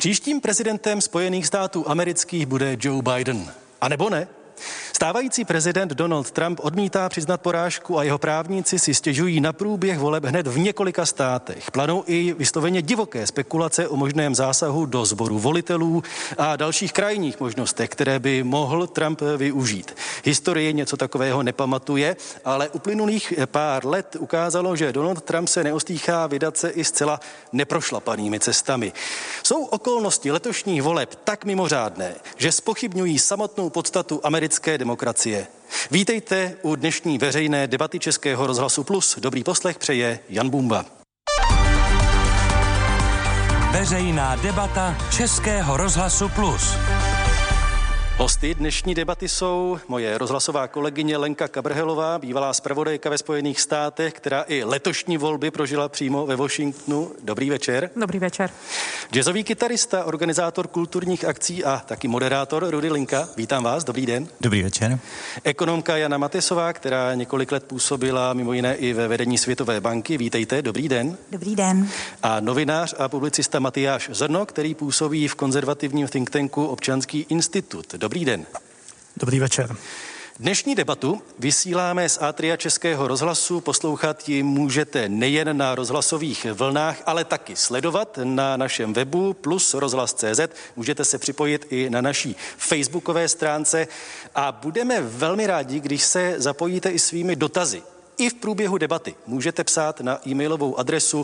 Příštím prezidentem Spojených států amerických bude Joe Biden. A nebo ne? Stávající prezident Donald Trump odmítá přiznat porážku a jeho právníci si stěžují na průběh voleb hned v několika státech. Planou i vysloveně divoké spekulace o možném zásahu do sboru volitelů a dalších krajních možnostech, které by mohl Trump využít. Historie něco takového nepamatuje, ale uplynulých pár let ukázalo, že Donald Trump se neostýchá vydat se i zcela neprošlapanými cestami. Jsou okolnosti letošních voleb tak mimořádné, že zpochybňují samotnou podstatu americké demokracie. Vítejte u dnešní veřejné debaty Českého rozhlasu Plus. Dobrý poslech přeje Jan Bumba. Veřejná debata Českého rozhlasu Plus. Hosty dnešní debaty jsou moje rozhlasová kolegyně Lenka Kabrhelová, bývalá zpravodajka ve Spojených státech, která i letošní volby prožila přímo ve Washingtonu. Dobrý večer. Dobrý večer. Jazzový kytarista, organizátor kulturních akcí a taky moderátor Rudy Linka. Vítám vás, dobrý den. Dobrý večer. Ekonomka Jana Matesová, která několik let působila mimo jiné i ve vedení Světové banky. Vítejte, dobrý den. Dobrý den. A novinář a publicista Matyáš Zrno, který působí v konzervativním think tanku Občanský institut. Dobrý den. Dobrý večer. Dnešní debatu vysíláme z Atria Českého rozhlasu. Poslouchat ji můžete nejen na rozhlasových vlnách, ale taky sledovat na našem webu plus rozhlas.cz. Můžete se připojit i na naší facebookové stránce a budeme velmi rádi, když se zapojíte i svými dotazy. I v průběhu debaty můžete psát na e-mailovou adresu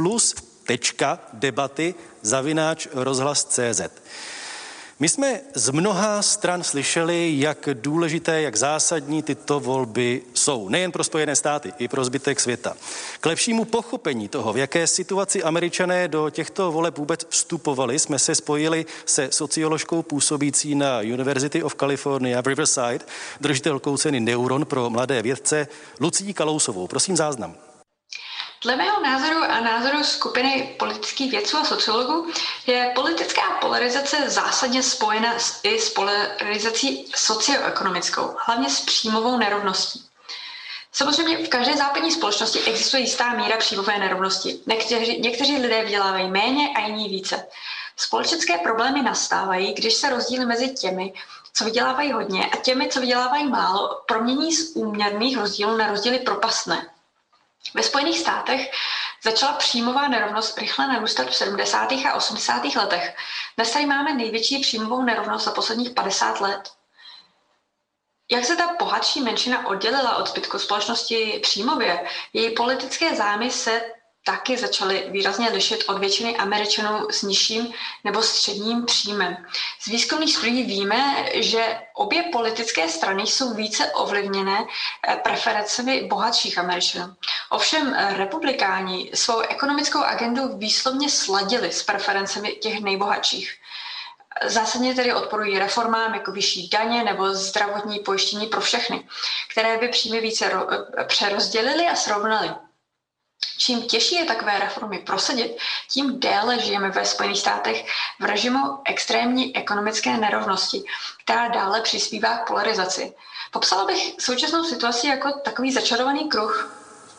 plus.debaty@rozhlas.cz. My jsme z mnoha stran slyšeli, jak důležité, jak zásadní tyto volby jsou. Nejen pro Spojené státy, i pro zbytek světa. K lepšímu pochopení toho, v jaké situaci Američané do těchto voleb vůbec vstupovali, jsme se spojili se socioložkou působící na University of California v Riverside, držitelkou ceny Neuron pro mladé vědce Lucií Kalousovou. Prosím záznam. Dle mého názoru a názoru skupiny politických vědců a sociologů je politická polarizace zásadně spojena i s polarizací socioekonomickou, hlavně s příjmovou nerovností. Samozřejmě v každé západní společnosti existuje jistá míra příjmové nerovnosti. Někteří lidé vydělávají méně a jiní více. Společenské problémy nastávají, když se rozdíly mezi těmi, co vydělávají hodně, a těmi, co vydělávají málo, promění z úměrných rozdílů na rozdíly propastné. Ve Spojených státech začala příjmová nerovnost rychle narůstat v 70. a 80. letech. Dnes tady máme největší příjmovou nerovnost za posledních 50 let. Jak se ta bohatší menšina oddělila od zbytku společnosti příjmově, její politické zájmy se taky začaly výrazně lišit od většiny Američanů s nižším nebo středním příjmem. Z výzkumných studií víme, že obě politické strany jsou více ovlivněné preferencemi bohatších Američanů. Ovšem republikáni svou ekonomickou agendu výslovně sladili s preferencemi těch nejbohatších. Zásadně tedy odporují reformám jako vyšší daně nebo zdravotní pojištění pro všechny, které by příjmy více přerozdělily a srovnaly. Čím těžší je takové reformy prosadit, tím déle žijeme ve Spojených státech v režimu extrémní ekonomické nerovnosti, která dále přispívá k polarizaci. Popsala bych současnou situaci jako takový začarovaný kruh.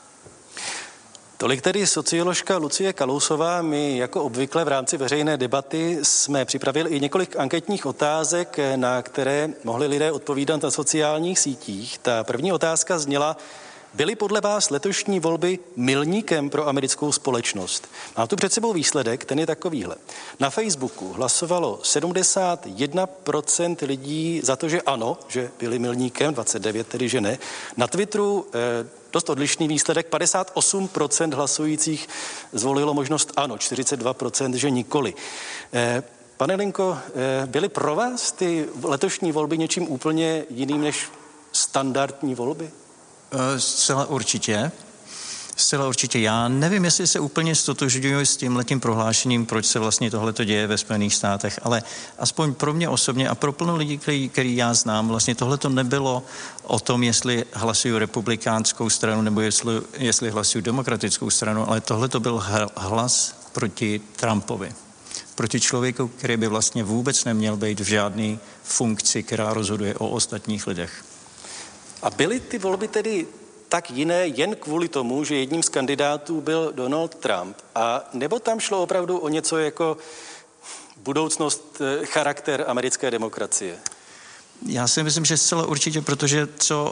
Tolik tedy socioložka Lucie Kalousová. My jako obvykle v rámci veřejné debaty jsme připravili i několik anketních otázek, na které mohli lidé odpovídat na sociálních sítích. Ta první otázka zněla: byly podle vás letošní volby milníkem pro americkou společnost? Mám tu před sebou výsledek, ten je takovýhle. Na Facebooku hlasovalo 71% lidí za to, že ano, že byly milníkem, 29% tedy, že ne. Na Twitteru dost odlišný výsledek, 58% hlasujících zvolilo možnost ano, 42%, že nikoli. Pane Linko, byly pro vás ty letošní volby něčím úplně jiným než standardní volby? Zcela určitě. Já nevím, jestli se úplně ztotožňuji s tímhletím prohlášením, proč se vlastně tohleto děje ve Spojených státech, ale aspoň pro mě osobně a pro plno lidí, který já znám, vlastně tohleto nebylo o tom, jestli hlasují republikánskou stranu nebo jestli hlasují demokratickou stranu, ale tohleto byl hlas proti Trumpovi. Proti člověku, který by vlastně vůbec neměl být v žádné funkci, která rozhoduje o ostatních lidech. A byly ty volby tedy tak jiné jen kvůli tomu, že jedním z kandidátů byl Donald Trump? A nebo tam šlo opravdu o něco jako budoucnost, charakter americké demokracie? Já si myslím, že zcela určitě, protože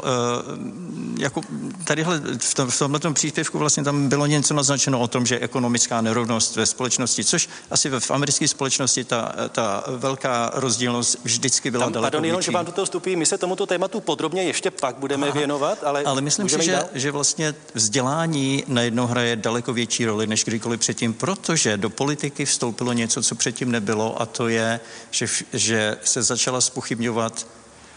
jako tadyhle v tomhletom příspěvku vlastně tam bylo něco naznačeno o tom, že ekonomická nerovnost ve společnosti, což asi v americké společnosti ta velká rozdílnost vždycky byla daleko Pardon, jenom, větší. že vám do toho vstupí, my se tomuto tématu podrobně ještě pak budeme věnovat, ale myslím si, že vlastně vzdělání najednou hraje daleko větší roli než kdykoliv předtím, protože do politiky vstoupilo něco, co předtím nebylo, a to je, že se začala zpochybňovat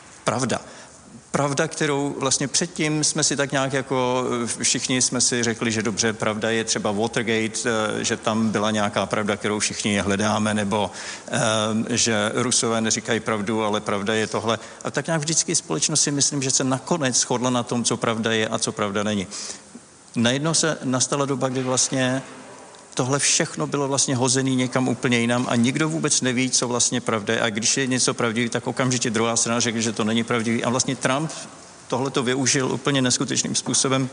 pravda, kterou vlastně předtím jsme si tak nějak jako všichni jsme si řekli, že dobře, pravda je třeba Watergate, že tam byla nějaká pravda, kterou všichni hledáme, nebo že Rusové neříkají pravdu, ale pravda je tohle. A tak nějak vždycky společnost si myslím, že se nakonec shodla na tom, co pravda je a co pravda není. Najednou se nastala doba, kdy vlastně tohle všechno bylo vlastně hozený někam úplně jinam a nikdo vůbec neví, co vlastně pravda je. A když je něco pravdivý, tak okamžitě druhá strana řekne, že to není pravdivý. A vlastně Trump tohle to využil úplně neskutečným způsobem.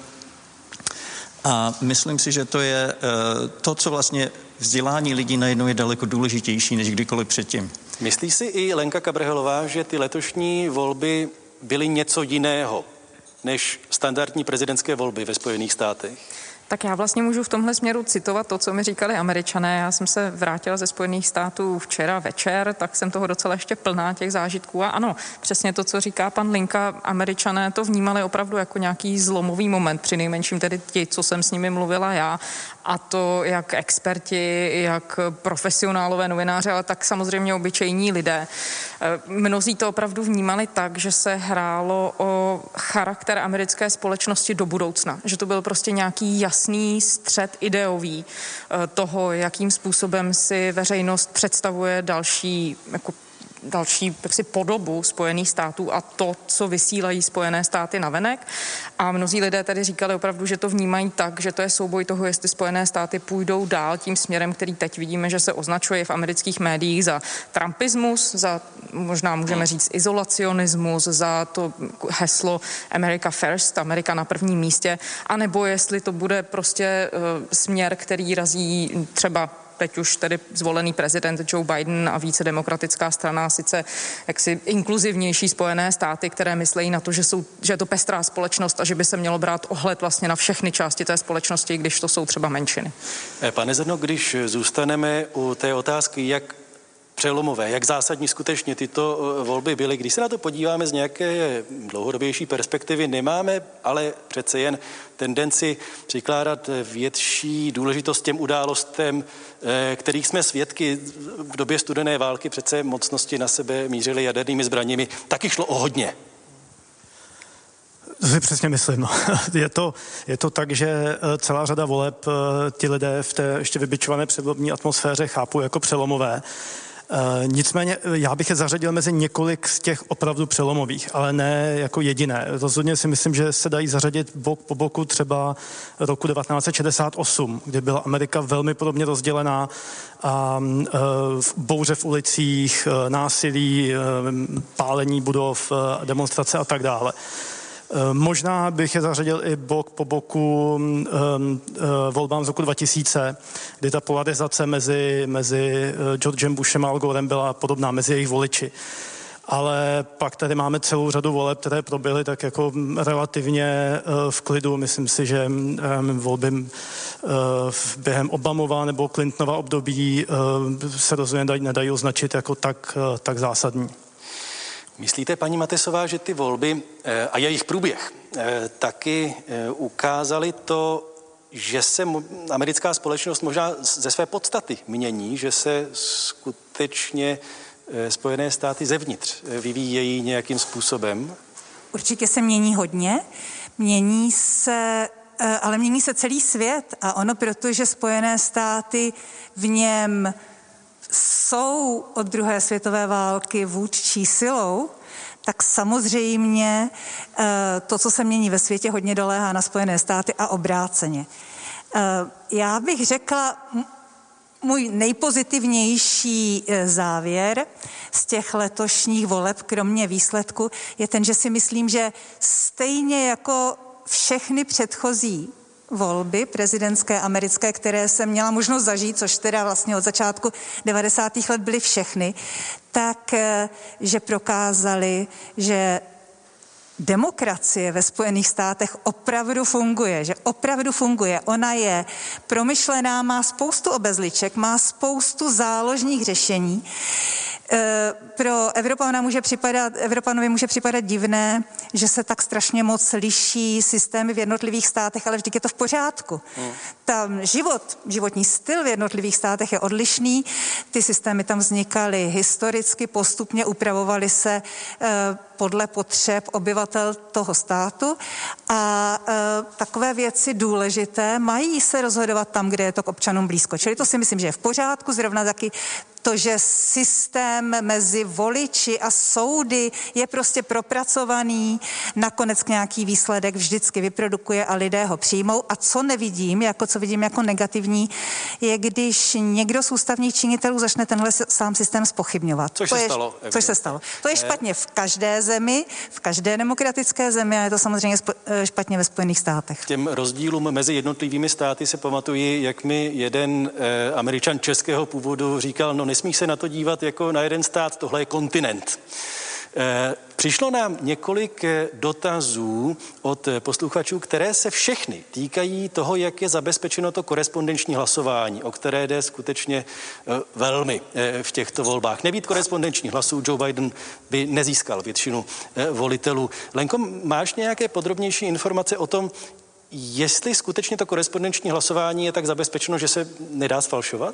A myslím si, že to je to, co vlastně vzdělání lidí najednou je daleko důležitější než kdykoliv předtím. Myslí si i Lenka Kabrhelová, že ty letošní volby byly něco jiného než standardní prezidentské volby ve Spojených státech? Tak já vlastně můžu v tomhle směru citovat to, co mi říkali Američané. Já jsem se vrátila ze Spojených států včera večer, tak jsem toho docela ještě plná těch zážitků. A ano, přesně to, co říká pan Linka, Američané to vnímali opravdu jako nějaký zlomový moment, přinejmenším tedy ti, co jsem s nimi mluvila já. A to jak experti, jak profesionálové novináři, ale tak samozřejmě obyčejní lidé. Mnozí to opravdu vnímali tak, že se hrálo o charakter americké společnosti do budoucna. Že to byl prostě nějaký jasný střed ideový toho, jakým způsobem si veřejnost představuje další podobu Spojených států a to, co vysílají Spojené státy navenek. A mnozí lidé tady říkali opravdu, že to vnímají tak, že to je souboj toho, jestli Spojené státy půjdou dál tím směrem, který teď vidíme, že se označuje v amerických médiích za trumpismus, za možná můžeme říct izolacionismus, za to heslo America First, Amerika na prvním místě, anebo jestli to bude prostě směr, který razí třeba teď už tedy zvolený prezident Joe Biden a více demokratická strana, sice jaksi inkluzivnější Spojené státy, které myslejí na to, že je to pestrá společnost a že by se mělo brát ohled vlastně na všechny části té společnosti, když to jsou třeba menšiny. Pane Zedno, když zůstaneme u té otázky, jak přelomové, jak zásadní skutečně tyto volby byly. Když se na to podíváme z nějaké dlouhodobější perspektivy, nemáme ale přece jen tendenci přikládat větší důležitost těm událostem, kterých jsme svědky v době studené války. Přece mocnosti na sebe mířily jadernými zbraněmi. Taky šlo o hodně. To si přesně myslím. No. Je to tak, že celá řada voleb ti lidé v té ještě vybičované předvolební atmosféře chápou jako přelomové. Nicméně já bych je zařadil mezi několik z těch opravdu přelomových, ale ne jako jediné. Rozhodně si myslím, že se dají zařadit bok po boku třeba roku 1968, kdy byla Amerika velmi podobně rozdělená a bouře v ulicích, násilí, pálení budov, demonstrace a tak dále. Možná bych je zařadil i bok po boku volbám z roku 2000, kdy ta polarizace mezi Georgem Bushem a Al Gorem byla podobná mezi jejich voliči. Ale pak tady máme celou řadu voleb, které proběhly tak jako relativně v klidu. Myslím si, že volby během Obamova nebo Clintonova období se rozhodně nedají označit jako tak zásadní. Myslíte, paní Matesová, že ty volby a jejich průběh taky ukázaly to, že se americká společnost možná ze své podstaty mění, že se skutečně Spojené státy zevnitř vyvíjejí nějakým způsobem? Určitě se mění hodně, ale mění se celý svět a ono, protože Spojené státy v něm jsou od druhé světové války vůdčí silou, tak samozřejmě to, co se mění ve světě, hodně doléhá na Spojené státy a obráceně. Já bych řekla, můj nejpozitivnější závěr z těch letošních voleb, kromě výsledku, je ten, že si myslím, že stejně jako všechny předchozí volby prezidentské americké, které jsem měla možnost zažít, což teda vlastně od začátku 90. let byly všechny, tak, že prokázali, že demokracie ve Spojených státech opravdu funguje, že opravdu funguje. Ona je promyšlená, má spoustu obezliček, má spoustu záložních řešení. Pro Evropanovi může připadat divné, že se tak strašně moc liší systémy v jednotlivých státech, ale vždyť je to v pořádku. Tam životní styl v jednotlivých státech je odlišný, ty systémy tam vznikaly historicky, postupně upravovaly se podle potřeb obyvatel toho státu a takové věci důležité mají se rozhodovat tam, kde je to k občanům blízko. Čili to si myslím, že je v pořádku, zrovna taky to, že systém mezi voliči a soudy je prostě propracovaný, nakonec nějaký výsledek vždycky vyprodukuje a lidé ho přijmou. A co nevidím, co vidím jako negativní, je, když někdo z ústavních činitelů začne tenhle sám systém zpochybňovat. Což se stalo. To je špatně v každé zemi, v každé demokratické zemi a je to samozřejmě špatně ve Spojených státech. Těm rozdílům mezi jednotlivými státy se pamatuji, jak mi jeden Američan českého původu říkal, no nesmíš se na to dívat jako na jeden stát, tohle je kontinent. Přišlo nám několik dotazů od posluchačů, které se všechny týkají toho, jak je zabezpečeno to korespondenční hlasování, o které jde skutečně velmi v těchto volbách. Nebýt korespondenčních hlasů, Joe Biden by nezískal většinu volitelů. Lenko, máš nějaké podrobnější informace o tom, jestli skutečně to korespondenční hlasování je tak zabezpečeno, že se nedá sfalšovat?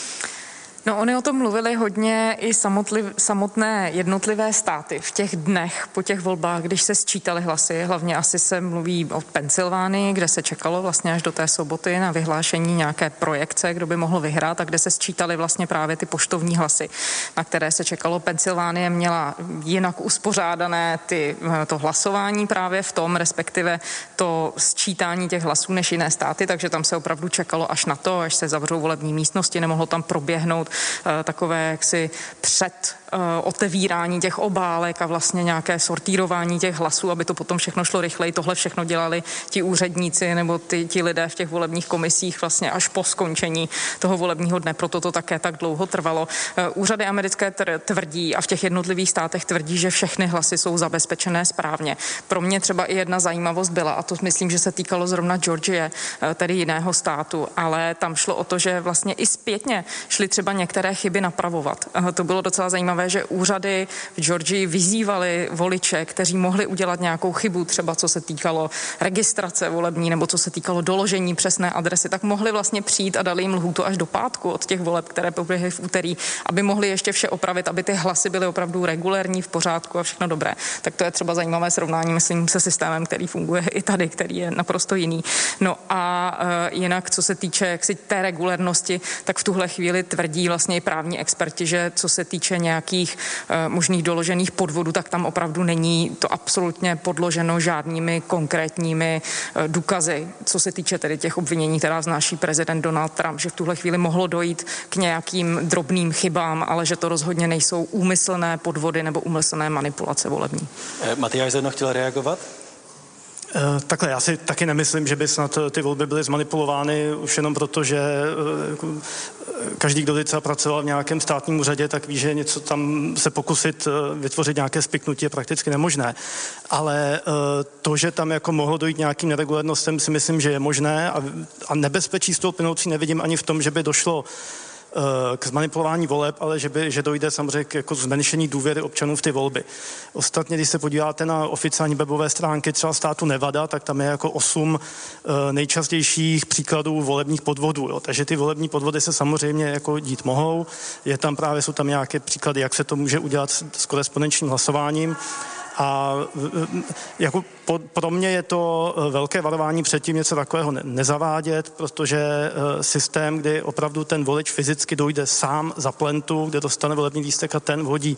No, oni o tom mluvili hodně i samotné jednotlivé státy v těch dnech po těch volbách, když se sčítaly hlasy. Hlavně asi se mluví o Pensylvánii, kde se čekalo vlastně až do té soboty na vyhlášení nějaké projekce, kdo by mohl vyhrát a kde se sčítaly vlastně právě ty poštovní hlasy, na které se čekalo. Pensylvánie měla jinak uspořádané to hlasování právě v tom, respektive to sčítání těch hlasů než jiné státy, takže tam se opravdu čekalo až na to, až se zavřou volební místnosti, nemohlo tam proběhnout takové jaksi před otevírání těch obálek a vlastně nějaké sortírování těch hlasů, aby to potom všechno šlo rychleji. Tohle všechno dělali ti úředníci nebo ti lidé v těch volebních komisích vlastně až po skončení toho volebního dne, proto to také tak dlouho trvalo. Úřady americké tvrdí a v těch jednotlivých státech tvrdí, že všechny hlasy jsou zabezpečené správně. Pro mě třeba i jedna zajímavost byla, a to myslím, že se týkalo zrovna Georgie, tedy jiného státu, ale tam šlo o to, že vlastně i zpětně šly třeba některé chyby napravovat. To bylo docela zajímavé, že úřady v Georgii vyzývaly voliče, kteří mohli udělat nějakou chybu, třeba co se týkalo registrace volební nebo co se týkalo doložení přesné adresy, tak mohli vlastně přijít a dali jim lhůtu až do pátku od těch voleb, které proběhly v úterý, aby mohli ještě vše opravit, aby ty hlasy byly opravdu regulérní, v pořádku a všechno dobré. Tak to je třeba zajímavé srovnání, myslím, se systémem, který funguje i tady, který je naprosto jiný. No a jinak, co se týče jaksi té regulérnosti, tak v tuhle chvíli tvrdí vlastně i právní experti, že co se týče nějakých možných doložených podvodů, tak tam opravdu není to absolutně podloženo žádnými konkrétními důkazy, co se týče tedy těch obvinění, která vznáší prezident Donald Trump, že v tuhle chvíli mohlo dojít k nějakým drobným chybám, ale že to rozhodně nejsou úmyslné podvody nebo úmyslné manipulace volební. Matyáš Zedno chtěl reagovat? Takhle, já si taky nemyslím, že by snad ty volby byly zmanipulovány už jenom proto, že každý, kdo třeba pracoval v nějakém státním úřadě, tak ví, že něco tam se pokusit vytvořit nějaké spiknutí je prakticky nemožné. Ale to, že tam jako mohlo dojít nějakým neregulérnostem, si myslím, že je možné a nebezpečí z toho plynoucí nevidím ani v tom, že by došlo k zmanipulování voleb, ale že dojde samozřejmě jako zmenšení důvěry občanů v ty volby. Ostatně, když se podíváte na oficiální webové stránky třeba státu Nevada, tak tam je jako 8 nejčastějších příkladů volebních podvodů. Jo. Takže ty volební podvody se samozřejmě jako dít mohou. Jsou tam nějaké příklady, jak se to může udělat s korespondenčním hlasováním. A jako pro mě je to velké varování před tím něco takového nezavádět, protože systém, kdy opravdu ten volič fyzicky dojde sám za plentu, kde dostane volební lístek a ten vhodí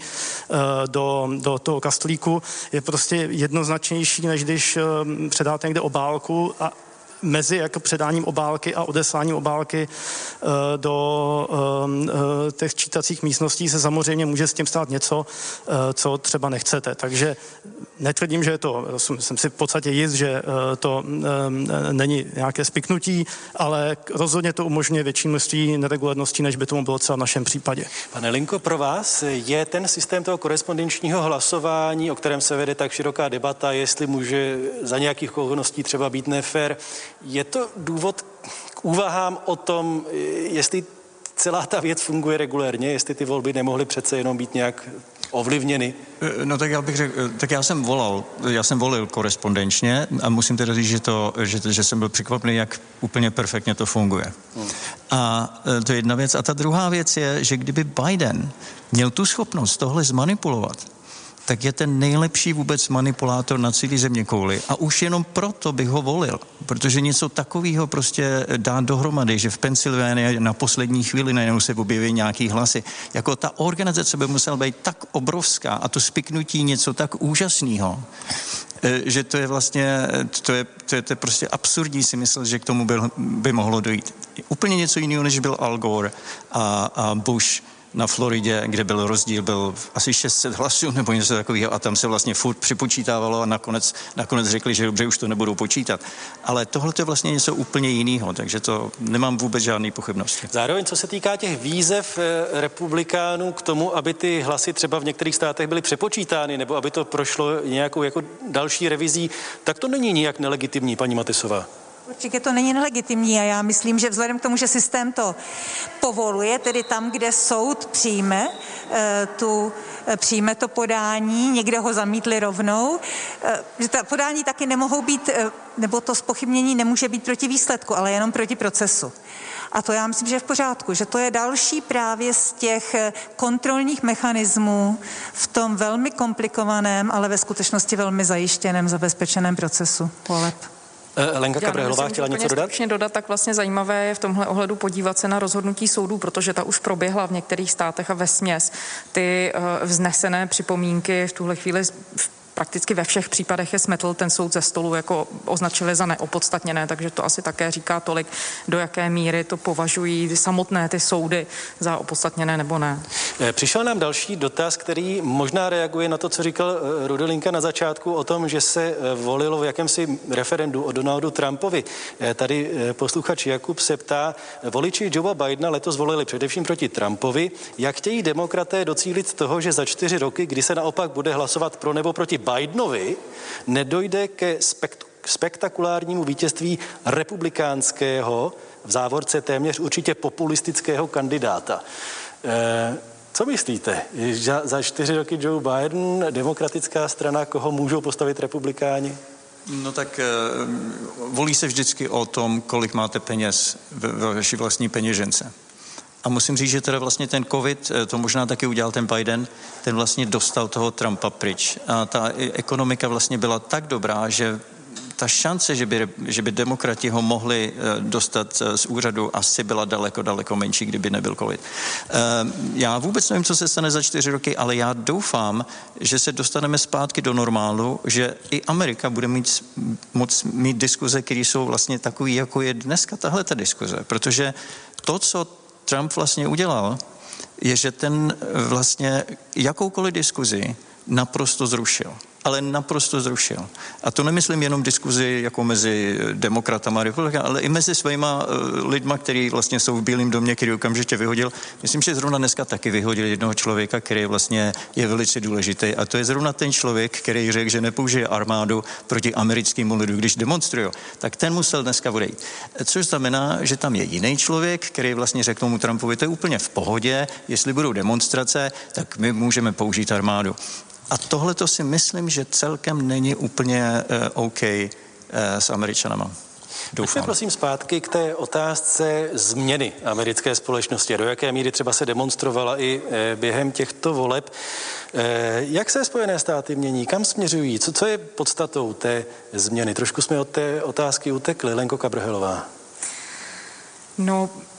do toho kastlíku, je prostě jednoznačnější, než když předáte někde obálku a mezi jako předáním obálky a odesláním obálky do těch čítacích místností se samozřejmě může s tím stát něco, co třeba nechcete. Takže netvrdím, že je to, jsem si v podstatě jist, že to není nějaké spiknutí, ale rozhodně to umožňuje větší množství neregulárností, než by tomu bylo třeba v našem případě. Pane Linko, pro vás je ten systém toho korespondenčního hlasování, o kterém se vede tak široká debata, jestli může za nějakých okolností třeba být nefér, je to důvod k úvahám o tom, jestli celá ta věc funguje regulérně, jestli ty volby nemohly přece jenom být nějak ovlivněny? No tak já bych řekl, tak já jsem volil korespondenčně a musím teda říct, že jsem byl překvapený, jak úplně perfektně to funguje. A to je jedna věc. A ta druhá věc je, že kdyby Biden měl tu schopnost tohle zmanipulovat, tak je ten nejlepší vůbec manipulátor na celý zeměkouli. A už jenom proto bych ho volil, protože něco takového prostě dá dohromady, že v Pensylvánii na poslední chvíli najednou se objeví nějaký hlasy. Jako ta organizace by musela být tak obrovská a to spiknutí něco tak úžasného, že to je vlastně, to je prostě absurdní si myslet, že k tomu by mohlo dojít. Úplně něco jiného, než byl Al Gore a Bush na Floridě, kde byl rozdíl, byl asi 600 hlasů nebo něco takového a tam se vlastně furt připočítávalo a nakonec řekli, že dobře, už to nebudou počítat. Ale tohle je vlastně něco úplně jiného, takže to nemám vůbec žádný pochybnosti. Zároveň, co se týká těch výzev republikánů k tomu, aby ty hlasy třeba v některých státech byly přepočítány nebo aby to prošlo nějakou jako další revizí, tak to není nijak nelegitimní, paní Matysová. Určitě to není nelegitimní a já myslím, že vzhledem k tomu, že systém to povoluje, tedy tam, kde soud přijme to podání, někde ho zamítli rovnou, že ta podání taky nemohou být, nebo to zpochybnění nemůže být proti výsledku, ale jenom proti procesu. A to já myslím, že je v pořádku, že to je další právě z těch kontrolních mechanismů v tom velmi komplikovaném, ale ve skutečnosti velmi zajištěném, zabezpečeném procesu voleb. Lenka Kabrhelová chtěla něco dodat? Tak vlastně zajímavé je v tomhle ohledu podívat se na rozhodnutí soudů, protože ta už proběhla v některých státech a vesměs. Ty vznesené připomínky v tuhle chvíli prakticky ve všech případech je smetl ten soud ze stolu, jako označili za neopodstatněné, takže to asi také říká tolik, do jaké míry to považují samotné ty soudy za opodstatněné nebo ne. Přišel nám další dotaz, který možná reaguje na to, co říkal Rudo Linka na začátku o tom, že se volilo v jakémsi referendu o Donaldu Trumpovi. Tady posluchač Jakub se ptá, voliči Joea Bidena letos volili především proti Trumpovi. Jak chtějí demokraté docílit toho, že za 4 roky, kdy se naopak bude hlasovat pro nebo proti Bidenovi, nedojde ke spektakulárnímu vítězství republikánského, v závorce téměř určitě populistického kandidáta. Co myslíte? Za 4 roky Joe Biden, demokratická strana, koho můžou postavit republikáni? No tak volí se vždycky o tom, kolik máte peněz ve vaší vlastní peněžence. A musím říct, že teda vlastně ten covid, to možná taky udělal ten Biden, ten vlastně dostal toho Trumpa pryč. A ta ekonomika vlastně byla tak dobrá, že ta šance, že by demokrati ho mohli dostat z úřadu, asi byla daleko menší, kdyby nebyl covid. Já vůbec nevím, co se stane za 4 roky, ale já doufám, že se dostaneme zpátky do normálu, že i Amerika bude moc mít diskuze, které jsou vlastně takový, jako je dneska tahleta diskuze. Protože to, co Trump vlastně udělal, je, že ten vlastně jakoukoliv diskuzi naprosto zrušil. Ale naprosto zrušil. A to nemyslím jenom diskuzi jako mezi demokratama a republikánama, ale i mezi svýma lidma, kteří vlastně jsou v Bílém domě, který okamžitě vyhodil. Myslím, že zrovna dneska taky vyhodil jednoho člověka, který vlastně je velice důležitý. A to je zrovna ten člověk, který řekl, že nepoužije armádu proti americkému lidu, když demonstrují. Tak ten musel dneska odejít. Což znamená, že tam je jiný člověk, který vlastně řekl tomu Trumpovi, to je úplně v pohodě, jestli budou demonstrace, tak my můžeme použít armádu. A tohle to si myslím, že celkem není úplně OK s Američanama. Doufám. Prosím zpátky k té otázce změny americké společnosti. Do jaké míry třeba se demonstrovala i během těchto voleb. Jak se Spojené státy mění? Kam směřují? Co je podstatou té změny? Trošku jsme od té otázky utekli. Lenko Kabrhelová. No,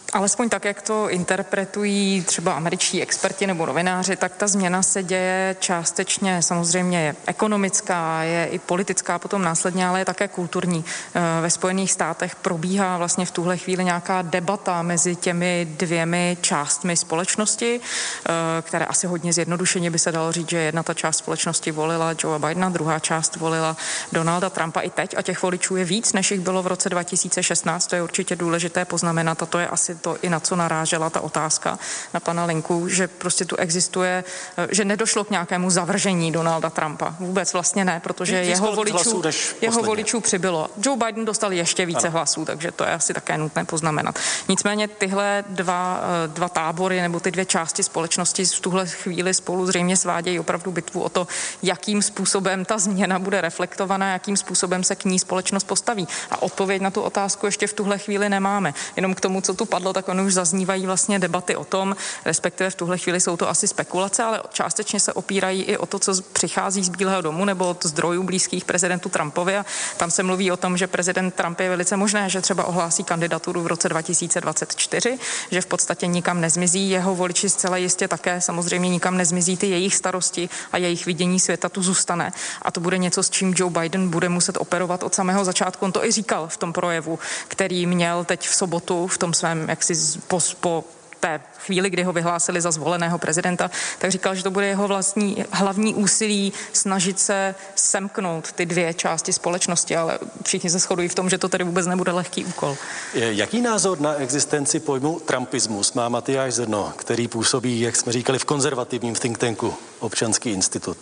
Alespoň tak, jak to interpretují třeba američtí experti nebo novináři, tak ta změna se děje částečně, samozřejmě je ekonomická, je i politická potom následně, ale je také kulturní. Ve Spojených státech probíhá vlastně v tuhle chvíli nějaká debata mezi těmi dvěmi částmi společnosti, které asi hodně zjednodušeně by se dalo říct, že jedna ta část společnosti volila Joea Bidena, druhá část volila Donalda Trumpa i teď a těch voličů je víc, než jich bylo v roce 2016, to je určitě důležité poznamenat a to je asi to i na co narážela ta otázka na pana Linku, že prostě tu existuje, že nedošlo k nějakému zavržení Donalda Trumpa. Vůbec vlastně ne, protože jeho voličů přibylo. Joe Biden dostal ještě více hlasů, takže to je asi také nutné poznamenat. Nicméně tyhle dva tábory nebo ty dvě části společnosti v tuhle chvíli spolu zřejmě svádějí opravdu bitvu o to, jakým způsobem ta změna bude reflektovaná, jakým způsobem se k ní společnost postaví. A odpověď na tu otázku ještě v tuhle chvíli nemáme. Jenom k tomu, co tu padlo, tak ono už zaznívají vlastně debaty o tom, respektive v tuhle chvíli jsou to asi spekulace, ale částečně se opírají i o to, co přichází z Bílého domu nebo od zdrojů blízkých prezidentu Trumpovi a tam se mluví o tom, že prezident Trump je velice možné, že třeba ohlásí kandidaturu v roce 2024, že v podstatě nikam nezmizí, jeho voliči zcela jistě také samozřejmě nikam nezmizí, ty jejich starosti a jejich vidění světa tu zůstane. A to bude něco, s čím Joe Biden bude muset operovat od samého začátku. On to i říkal v tom projevu, který měl teď v sobotu v tom svém jaksi po té chvíli, kdy ho vyhlásili za zvoleného prezidenta, tak říkal, že to bude jeho vlastní hlavní úsilí snažit se semknout ty dvě části společnosti, ale všichni se shodují v tom, že to tady vůbec nebude lehký úkol. Jaký názor na existenci pojmu trumpismus má Matyáš Zrno, který působí, jak jsme říkali, v konzervativním think tanku Občanský institut?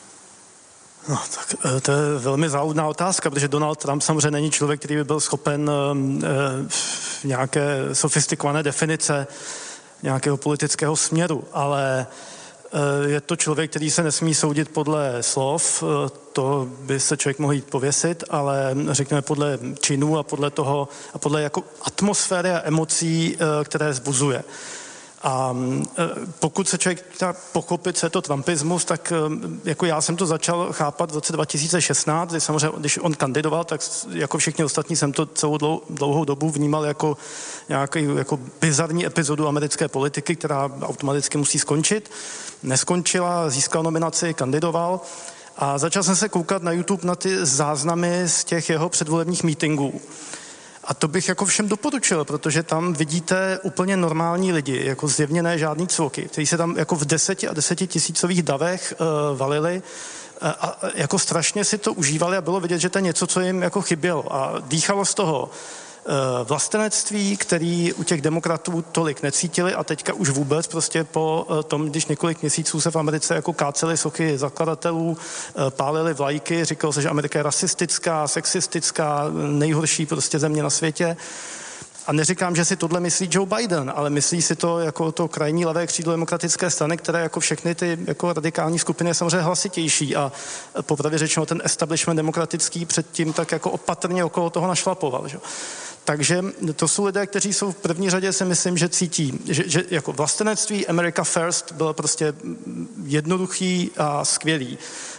No, tak to je velmi záludná otázka, protože Donald Trump samozřejmě není člověk, který by byl schopen nějaké sofistikované definice nějakého politického směru, ale je to člověk, který se nesmí soudit podle slov, to by se člověk mohl jít pověsit, ale řekněme podle činů a podle toho, a podle jako atmosféry a emocí, které vzbuzuje. A pokud se člověk chce pochopit, co je to trumpismus, tak jako já jsem to začal chápat v roce 2016, kdy samozřejmě, když on kandidoval, tak jako všichni ostatní jsem to celou dlouhou dobu vnímal jako nějaký jako bizarní epizodu americké politiky, která automaticky musí skončit. Neskončila, získal nominaci, kandidoval a začal jsem se koukat na YouTube na ty záznamy z těch jeho předvolebních mítinků. A to bych jako všem doporučil, protože tam vidíte úplně normální lidi, jako zjevně ne žádný cvoky, kteří se tam jako v 10 a 10 tisícových davech valili a jako strašně si to užívali a bylo vidět, že to je něco, co jim jako chybělo. A dýchalo z toho vlastenectví, který u těch demokratů tolik necítili a teďka už vůbec prostě po tom, když několik měsíců se v Americe jako kácely sochy zakladatelů, pálili vlajky, říkalo se, že Amerika je rasistická, sexistická, nejhorší prostě země na světě. A neříkám, že si tohle myslí Joe Biden, ale myslí si to jako to krajní levé křídlo demokratické strany, které jako všechny ty jako radikální skupiny je samozřejmě hlasitější a popravdě řečeno ten establishment demokratický předtím tak jako opatrně okolo toho našlapoval. Že? Takže to jsou lidé, kteří jsou v první řadě, si myslím, že cítí, že jako vlastenectví America First bylo prostě jednoduchý a skvělý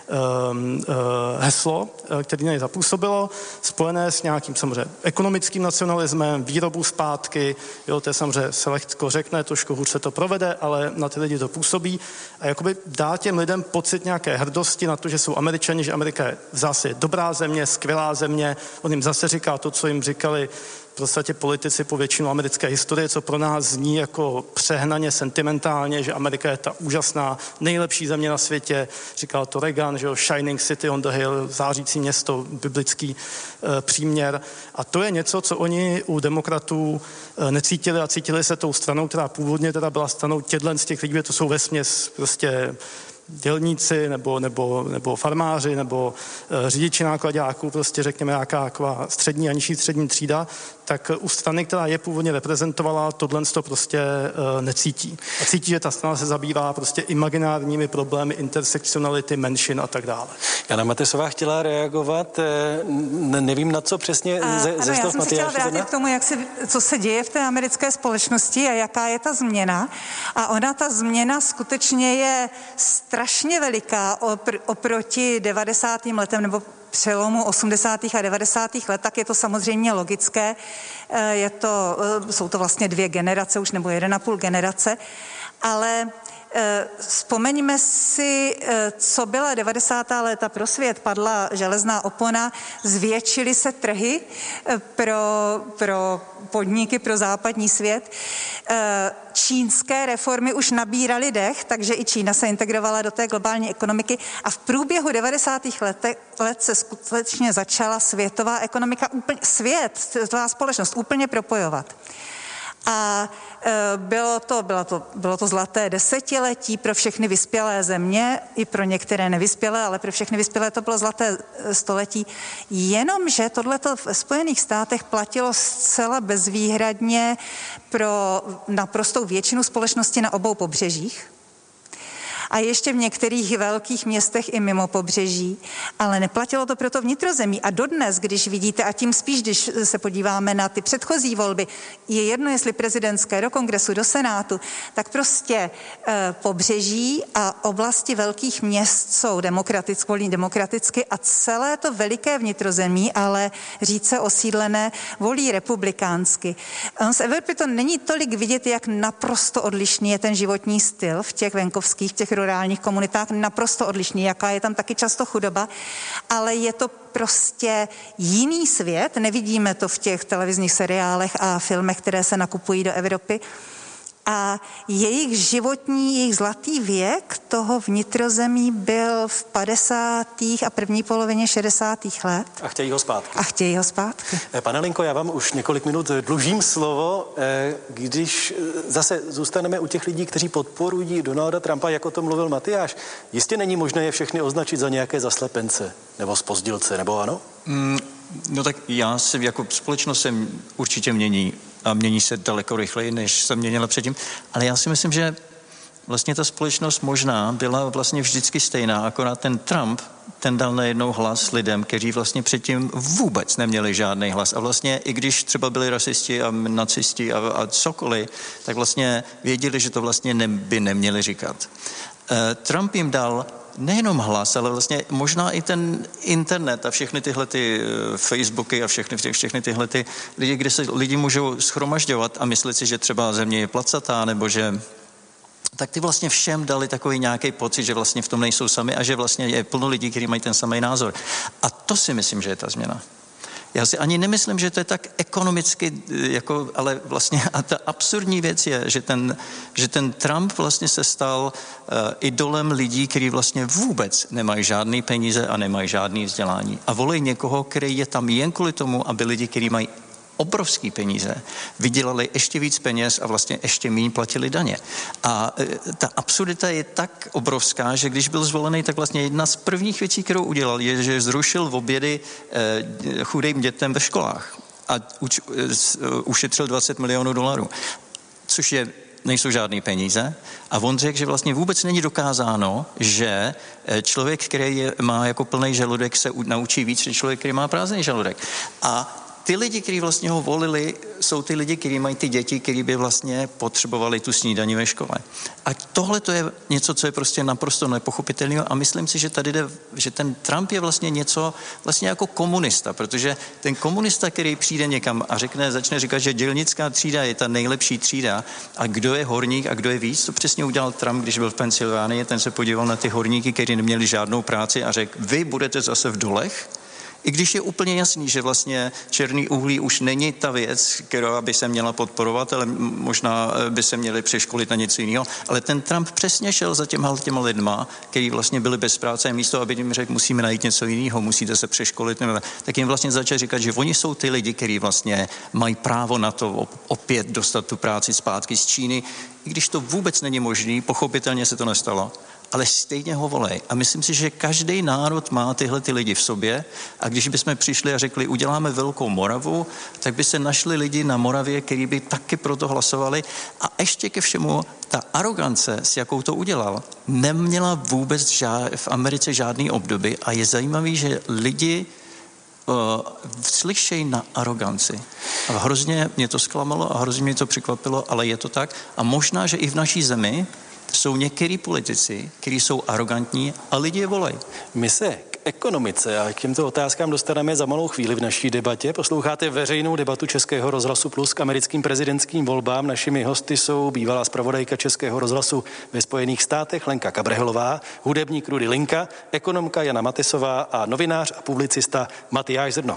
heslo, který na ně zapůsobilo, spojené s nějakým samozřejmě ekonomickým nacionalismem, výrobu zpátky, jo, to je samozřejmě selektko řekne, trošku hůř se to provede, ale na ty lidi to působí a jakoby dá těm lidem pocit nějaké hrdosti na to, že jsou Američani, že Amerika je v zásadě dobrá země, skvělá země, on jim zase říká to, co jim říkali v podstatě politici po většinu americké historie, co pro nás zní jako přehnaně sentimentálně, že Amerika je ta úžasná, nejlepší země na světě, říkal to Reagan, že jo, Shining City on the Hill, zářící město, biblický příměr. A to je něco, co oni u demokratů necítili a cítili se tou stranou, která původně teda byla stranou těchto z těch lidí, to jsou vesměs prostě dělníci nebo farmáři nebo řidiči nákladáků, prostě řekněme nějaká taková střední a nižší střední třída, tak u strany, která je původně reprezentovala, tohle to prostě necítí. A cítí, že ta strana se zabývá prostě imaginárními problémy intersekcionality, menšin a tak dále. Jana Matysová chtěla reagovat, nevím na co přesně. Ano, já jsem se chtěla vrátit k tomu, co se děje v té americké společnosti a jaká je ta změna. A ona, ta změna skutečně je strašně veliká oproti 90. letem nebo přelomu 80. a 90. let, tak je to samozřejmě logické. Jsou to vlastně 2 generace už, nebo 1,5 generace, ale vzpomeňme si, co byla 90. léta pro svět. Padla železná opona, zvětšily se trhy pro podniky, pro západní svět. Čínské reformy už nabíraly dech, takže i Čína se integrovala do té globální ekonomiky a v průběhu 90. let se skutečně začala světová ekonomika, světová společnost úplně propojovat. A bylo to zlaté desetiletí pro všechny vyspělé země, i pro některé nevyspělé, ale pro všechny vyspělé to bylo zlaté století. Jenomže tohleto v Spojených státech platilo zcela bezvýhradně pro naprostou většinu společnosti na obou pobřežích. A ještě v některých velkých městech i mimo pobřeží, ale neplatilo to pro to vnitrozemí. A dodnes, když vidíte, a tím spíš, když se podíváme na ty předchozí volby, je jedno, jestli prezidentské, do kongresu, do senátu, tak prostě pobřeží a oblasti velkých měst jsou volí demokraticky a celé to veliké vnitrozemí, ale řídce osídlené, volí republikánsky. Z Evropy to není tolik vidět, jak naprosto odlišný je ten životní styl v těch venkovských, v těch rurálních komunitách, naprosto odlišný, jaká je tam taky často chudoba, ale je to prostě jiný svět, nevidíme to v těch televizních seriálech a filmech, které se nakupují do Evropy. A jejich zlatý věk toho vnitrozemí byl v 50. a první polovině 60. let. A chtějí ho zpátky. Pane Linko, já vám už několik minut dlužím slovo, když zase zůstaneme u těch lidí, kteří podporují Donalda Trumpa, jako o tom mluvil Matyáš. Jistě není možné je všechny označit za nějaké zaslepence nebo zpozdilce, nebo ano? No tak já se jako společnost se určitě mění a mění se daleko rychleji, než se měnila předtím, ale já si myslím, že vlastně ta společnost možná byla vlastně vždycky stejná, akorát ten Trump, ten dal najednou hlas lidem, kteří vlastně předtím vůbec neměli žádný hlas. A vlastně i když třeba byli rasisti a nacisti a cokoliv, tak vlastně věděli, že to vlastně by neměli říkat. Trump jim dal nejenom hlas, ale vlastně možná i ten internet a všechny tyhle ty Facebooky a všechny tyhle ty lidi, kde se lidi můžou shromažďovat a myslet si, že třeba země je placatá, nebo že tak ty vlastně všem dali takový nějaký pocit, že vlastně v tom nejsou sami a že vlastně je plno lidí, kteří mají ten samý názor. A to si myslím, že je ta změna. Já si ani nemyslím, že to je tak ekonomicky, ale vlastně a ta absurdní věc je, že ten Trump vlastně se stal idolem lidí, kteří vlastně vůbec nemají žádný peníze a nemají žádný vzdělání. A volí někoho, který je tam jen kvůli tomu, aby lidi, kteří mají obrovský peníze, vydělali ještě víc peněz a vlastně ještě méně platili daně. A ta absurdita je tak obrovská, že když byl zvolený, tak vlastně jedna z prvních věcí, kterou udělal, je, že zrušil obědy chudým dětem ve školách a ušetřil $20 milionů, což nejsou žádné peníze. A on řekl, že vlastně vůbec není dokázáno, že člověk, který má jako plný žaludek, se naučí víc, než člověk, který má prázdný žaludek. A ty lidi, kteří vlastně ho volili, jsou ty lidi, kteří mají ty děti, kteří by vlastně potřebovali tu snídani ve škole. A tohle to je něco, co je prostě naprosto nepochopitelného a myslím si, že tady že ten Trump je vlastně něco vlastně jako komunista, protože ten komunista, který přijde někam a začne říkat, že dělnická třída je ta nejlepší třída a kdo je horník a kdo je víc, to přesně udělal Trump, když byl v Pensylvánii, ten se podíval na ty horníky, kteří neměli žádnou práci a řekl, vy budete zase v dolech. I když je úplně jasný, že vlastně černý uhlí už není ta věc, která by se měla podporovat, ale možná by se měli přeškolit na něco jiného. Ale ten Trump přesně šel za těma lidma, kteří vlastně byli bez práce a místo, aby jim řekl, musíme najít něco jiného, musíte se přeškolit, tak jim vlastně začal říkat, že oni jsou ty lidi, kteří vlastně mají právo na to opět dostat tu práci zpátky z Číny. I když to vůbec není možné, pochopitelně se to nestalo. Ale stejně ho volej. A myslím si, že každý národ má tyhle ty lidi v sobě a když bychom přišli a řekli, uděláme Velkou Moravu, tak by se našli lidi na Moravě, kteří by taky proto hlasovali. A ještě ke všemu, ta arogance, s jakou to udělal, neměla vůbec v Americe žádný obdoby a je zajímavý, že lidi slyšejí na aroganci. A hrozně mě to zklamalo a hrozně mě to překvapilo, ale je to tak. A možná, že i v naší zemi jsou některý politici, kteří jsou arrogantní a lidi je volají. My se k ekonomice. A k těmto otázkám dostaneme za malou chvíli v naší debatě. Posloucháte veřejnou debatu Českého rozhlasu Plus k americkým prezidentským volbám. Našimi hosty jsou bývalá zpravodajka Českého rozhlasu ve Spojených státech Lenka Kabrhelová, hudebník Rudy Linka, ekonomka Jana Matesová a novinář a publicista Matyáš Zrno.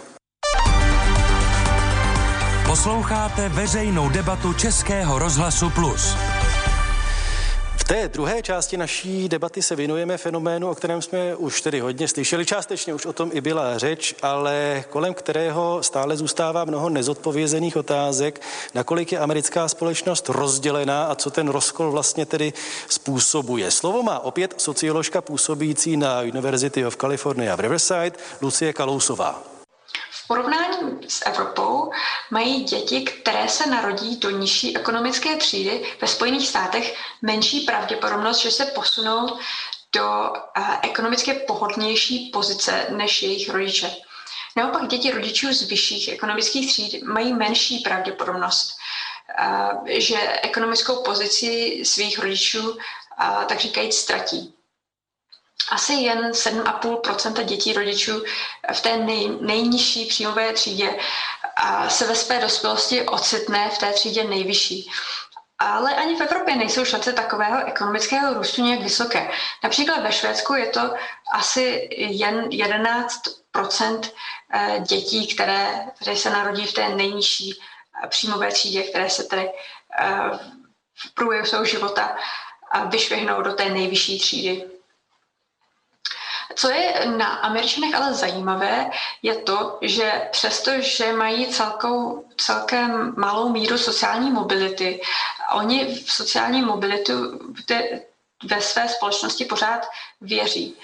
Posloucháte veřejnou debatu Českého rozhlasu Plus. V té druhé části naší debaty se věnujeme fenoménu, o kterém jsme už tedy hodně slyšeli. Částečně už o tom i byla řeč, ale kolem kterého stále zůstává mnoho nezodpovězených otázek, nakolik je americká společnost rozdělená a co ten rozkol vlastně tedy způsobuje. Slovo má opět socioložka působící na University of California v Riverside, Lucie Kalousová. V porovnání s Evropou mají děti, které se narodí do nižší ekonomické třídy ve Spojených státech, menší pravděpodobnost, že se posunou do ekonomicky pohodlnější pozice než jejich rodiče. Naopak děti rodičů z vyšších ekonomických tříd mají menší pravděpodobnost, že ekonomickou pozici svých rodičů tak říkajíc ztratí. Asi jen 7,5% dětí rodičů v té nejnižší příjmové třídě se ve své dospělosti ocitne v té třídě nejvyšší. Ale ani v Evropě nejsou šance takového ekonomického růstu nějak vysoké. Například ve Švédsku je to asi jen 11% dětí, které se narodí v té nejnižší příjmové třídě, které se tedy v průběhu svého života vyšvihnou do té nejvyšší třídy. Co je na Američanech ale zajímavé, je to, že přestože mají celkem malou míru sociální mobility, oni v sociální mobilitu ve své společnosti pořád věří.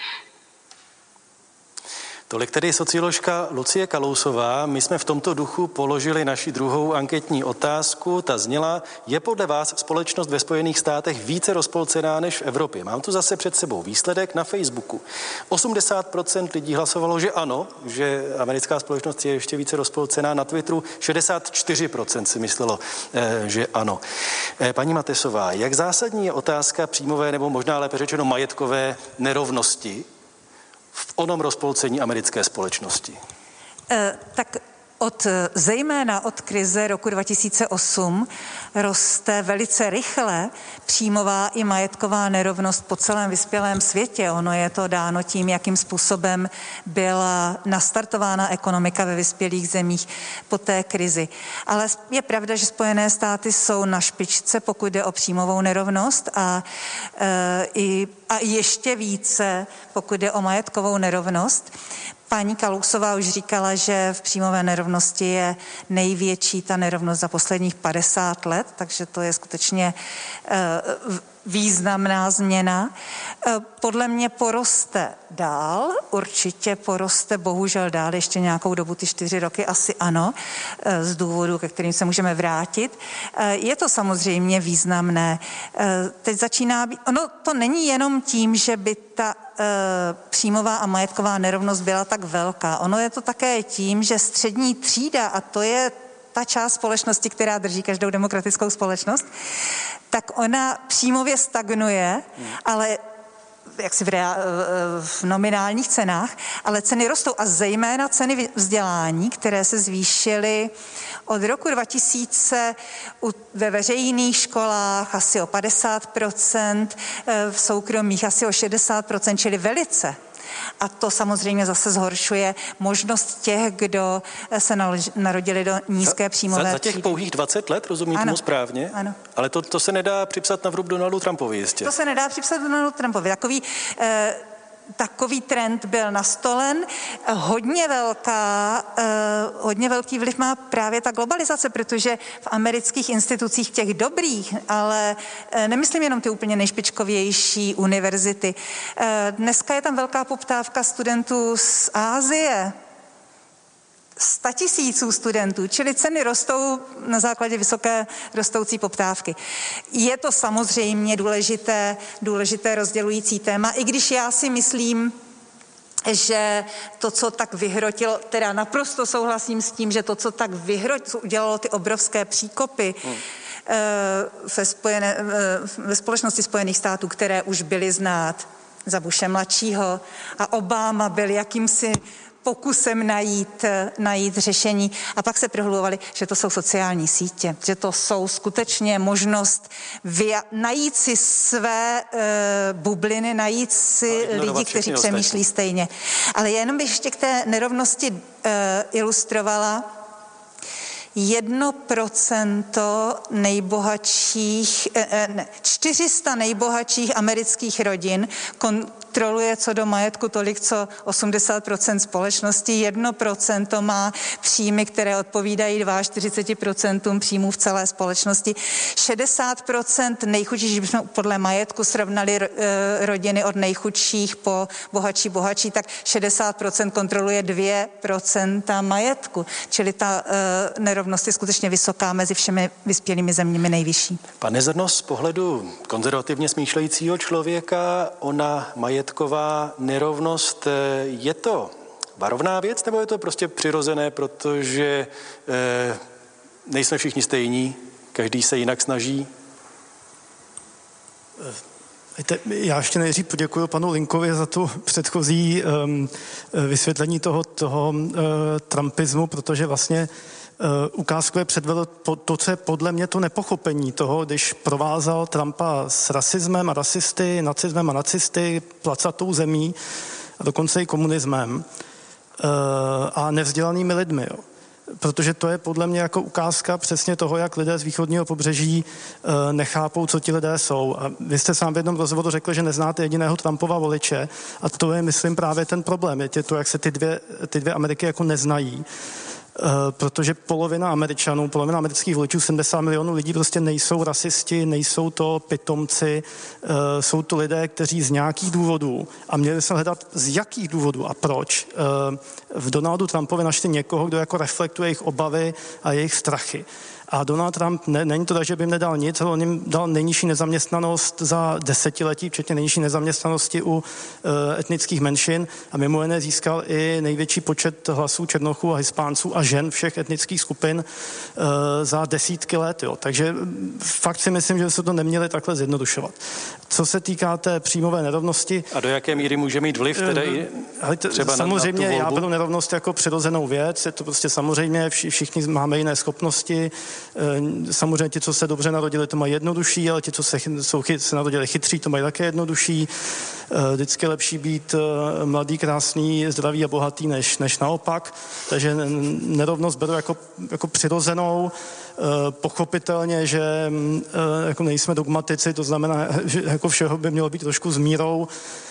Tolik tedy socioložka Lucie Kalousová. My jsme v tomto duchu položili naši druhou anketní otázku. Ta zněla, je podle vás společnost ve Spojených státech více rozpolcená než v Evropě? Mám tu zase před sebou výsledek na Facebooku. 80% lidí hlasovalo, že ano, že americká společnost je ještě více rozpolcená. Na Twitteru 64% si myslelo, že ano. Paní Matesová, jak zásadní je otázka příjmové nebo možná lépe řečeno majetkové nerovnosti v onom rozpolcení americké společnosti? Tak zejména od krize roku 2008 roste velice rychle příjmová i majetková nerovnost po celém vyspělém světě. Ono je to dáno tím, jakým způsobem byla nastartována ekonomika ve vyspělých zemích po té krizi. Ale je pravda, že Spojené státy jsou na špičce, pokud jde o příjmovou nerovnost a ještě více, pokud jde o majetkovou nerovnost. Paní Kalousová už říkala, že v příjmové nerovnosti je největší ta nerovnost za posledních 50 let, takže to je skutečně významná změna. Podle mě poroste dál, určitě poroste bohužel dál ještě nějakou dobu, ty 4 roky asi ano, z důvodu, ke kterým se můžeme vrátit. Je to samozřejmě významné. Teď začíná být, ono to není jenom tím, že by ta příjmová a majetková nerovnost byla tak velká. Ono je to také tím, že střední třída, a to je ta část společnosti, která drží každou demokratickou společnost, tak ona příjmově stagnuje, ale jaksi v nominálních cenách, ale ceny rostou a zejména ceny vzdělání, které se zvýšily od roku 2000 ve veřejných školách asi o 50%, v soukromých asi o 60%, čili velice. A to samozřejmě zase zhoršuje možnost těch, kdo se narodili do nízké příjmové třídy. Za těch pouhých 20 let, rozumím tomu správně? Ano. Ale to se nedá připsat na vrub Donaldu Trumpovi jistě. To se nedá připsat Donaldu Trumpovi. Takový trend byl nastolen. Hodně velký vliv má právě ta globalizace, protože v amerických institucích těch dobrých, ale nemyslím jenom ty úplně nejšpičkovější univerzity. Dneska je tam velká poptávka studentů z Asie, 100 000 studentů, čili ceny rostou na základě vysoké rostoucí poptávky. Je to samozřejmě důležité rozdělující téma, i když já si myslím, že to, co tak vyhrotilo, teda naprosto souhlasím s tím, že to, co tak vyhrotilo, udělalo ty obrovské příkopy ve společnosti Spojených států, které už byly znát za Bushe mladšího a Obama byl jakýmsi pokusem najít řešení a pak se prohlubovali, že to jsou sociální sítě, že to jsou skutečně možnost najít si své bubliny, najít si lidi, kteří přemýšlí stejně. Ale jenom bych ještě k té nerovnosti ilustrovala 1% nejbohatších, 400 nejbohatších amerických rodin kontroluje co do majetku tolik, co 80% společnosti. 1% má příjmy, které odpovídají 42% příjmů v celé společnosti. 60% nejchudších, když bychom podle majetku srovnali rodiny od nejchudších po bohatší, tak 60% kontroluje 2% majetku. Čili ta nerovnost je skutečně vysoká, mezi všemi vyspělými zeměmi nejvyšší. Pane Zrno, z pohledu konzervativně smýšlejícího člověka, ona majetková nerovnost, je to varovná věc, nebo je to prostě přirozené, protože nejsme všichni stejní, každý se jinak snaží? Já ještě nejdřív poděkuji panu Linkovi za tu předchozí vysvětlení toho trumpismu, trumpismu, protože ukázkově předvedl to, co je podle mě to nepochopení toho, když provázal Trumpa s rasismem a rasisty, nacismem a nacisty, placatou zemí a dokonce i komunismem a nevzdělanými lidmi. Jo. Protože to je podle mě jako ukázka přesně toho, jak lidé z východního pobřeží nechápou, co ti lidé jsou. A vy jste sám v jednom rozhovoru řekl, že neznáte jediného Trumpova voliče a to je, myslím, právě ten problém. Je to, jak se ty dvě Ameriky jako neznají. Protože polovina amerických voličů, 70 milionů lidí prostě nejsou rasisti, nejsou to pitomci, jsou to lidé, kteří z nějakých důvodů, a měli jsme hledat z jakých důvodů a proč, v Donaldu Trumpovi našli někoho, kdo jako reflektuje jejich obavy a jejich strachy. A Donald Trump, není to tak, že by jim nedal nic, ale on jim dal nejnižší nezaměstnanost za desetiletí, včetně nejnižší nezaměstnanosti u etnických menšin a mimo jiné získal i největší počet hlasů Černochů a Hispánců a žen všech etnických skupin za desítky let. Jo. Takže fakt si myslím, že se to neměli takhle zjednodušovat. Co se týká té příjmové nerovnosti... A do jaké míry může mít vliv tedy třeba samozřejmě na tu volbu? Já beru nerovnost jako přirozenou věc, je to prostě samozřejmě, všichni máme jiné schopnosti. Samozřejmě ti, co se dobře narodili, to mají jednodušší, ale ti, co se narodili chytří, to mají také jednodušší. Vždycky je lepší být mladý, krásný, zdravý a bohatý, než naopak. Takže nerovnost beru jako přirozenou. Pochopitelně, že jako nejsme dogmatici, to znamená, že jako všeho by mělo být trošku s mírou.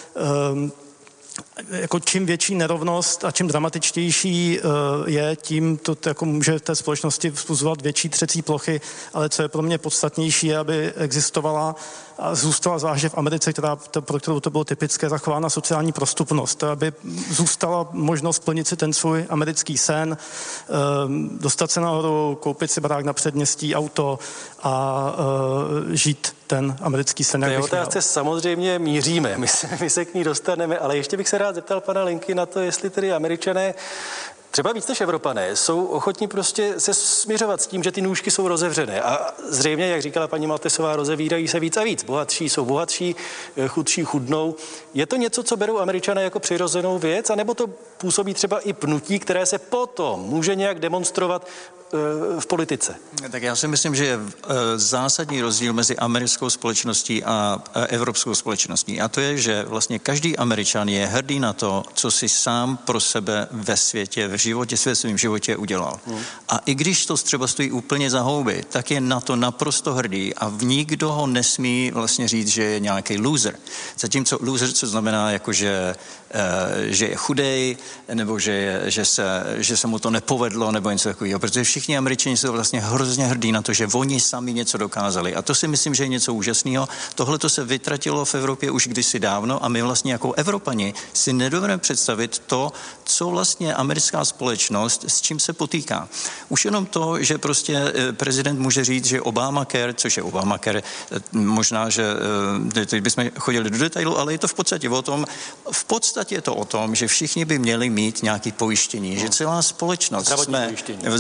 Jako čím větší nerovnost a čím dramatičtější je, tím to jako může v té společnosti vzbuzovat větší třecí plochy, ale co je pro mě podstatnější, je, aby existovala a zůstala zvláště v Americe, pro kterou to bylo typické, zachována sociální prostupnost, aby zůstala možnost plnit si ten svůj americký sen, dostat se nahoru, koupit si barák na předměstí, auto a žít ten americký sen. V té otázce samozřejmě míříme, my se k ní dostaneme, ale ještě bych se rád zeptal pana Linky na to, jestli tedy Američané třeba víc než Evropané jsou ochotní prostě se směřovat s tím, že ty nůžky jsou rozevřené a zřejmě, jak říkala paní Maltesová, rozevírají se víc a víc. Bohatší jsou bohatší, chudší chudnou. Je to něco, co berou Američané jako přirozenou věc, anebo to působí třeba i pnutí, které se potom může nějak demonstrovat v politice? Tak já si myslím, že je zásadní rozdíl mezi americkou společností a evropskou společností. A to je, že vlastně každý Američan je hrdý na to, co si sám pro sebe ve světě, ve svém životě udělal. A i když to třeba stojí úplně za houby, tak je na to naprosto hrdý a nikdo ho nesmí vlastně říct, že je nějaký loser. Zatímco loser, co znamená, jako že je chudej, nebo že se mu to nepovedlo, nebo něco takového. Protože všichni Američani jsou vlastně hrozně hrdí na to, že oni sami něco dokázali. A to si myslím, že je něco úžasného. Tohle to se vytratilo v Evropě už kdysi dávno a my vlastně jako Evropani si nedovedeme představit to, co vlastně americká společnost, s čím se potýká. Už jenom to, že prostě prezident může říct, že Obamacare, což je Obamacare, možná, že teď bychom chodili do detailu, ale je to v podstatě je to o tom, že všichni by měli mít nějaké pojištění, že celá společnost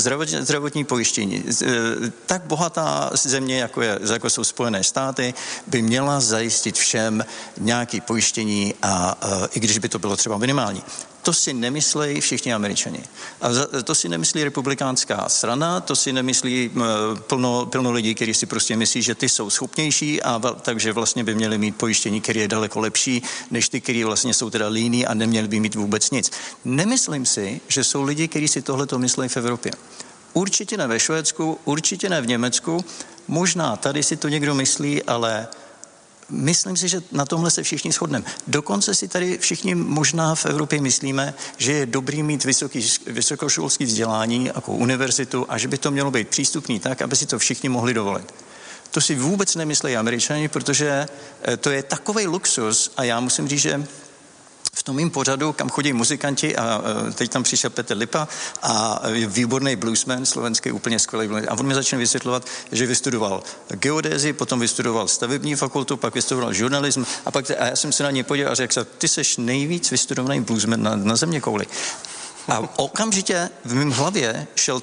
zdravotní pojištění. Tak bohatá země, jako jsou Spojené státy, by měla zajistit všem nějaké pojištění a i když by to bylo třeba minimální. To si nemyslejí všichni Američani. A to si nemyslí republikánská strana, to si nemyslí plno lidí, kteří si prostě myslí, že ty jsou schopnější a takže vlastně by měli mít pojištění, které je daleko lepší, než ty, kteří vlastně jsou teda líní a neměli by mít vůbec nic. Nemyslím si, že jsou lidi, kteří si tohleto myslí v Evropě. Určitě ne ve Švédsku, určitě ne v Německu, možná tady si to někdo myslí, ale myslím si, že na tomhle se všichni shodneme. Dokonce si tady všichni možná v Evropě myslíme, že je dobrý mít vysokoškolské vzdělání jako univerzitu a že by to mělo být přístupný tak, aby si to všichni mohli dovolit. To si vůbec nemyslejí Američani, protože to je takovej luxus a já musím říct, že v tom mým pořadu, kam chodí muzikanti a teď tam přišel Petr Lipa a výborný bluesman, slovenský úplně skvělý bluesman. A on mi začne vysvětlovat, že vystudoval geodézii, potom vystudoval stavební fakultu, pak vystudoval žurnalism a já jsem se na něj podíval a řekl, ty seš nejvíc vystudovaný bluesman na zeměkouli. A okamžitě v mém hlavě šel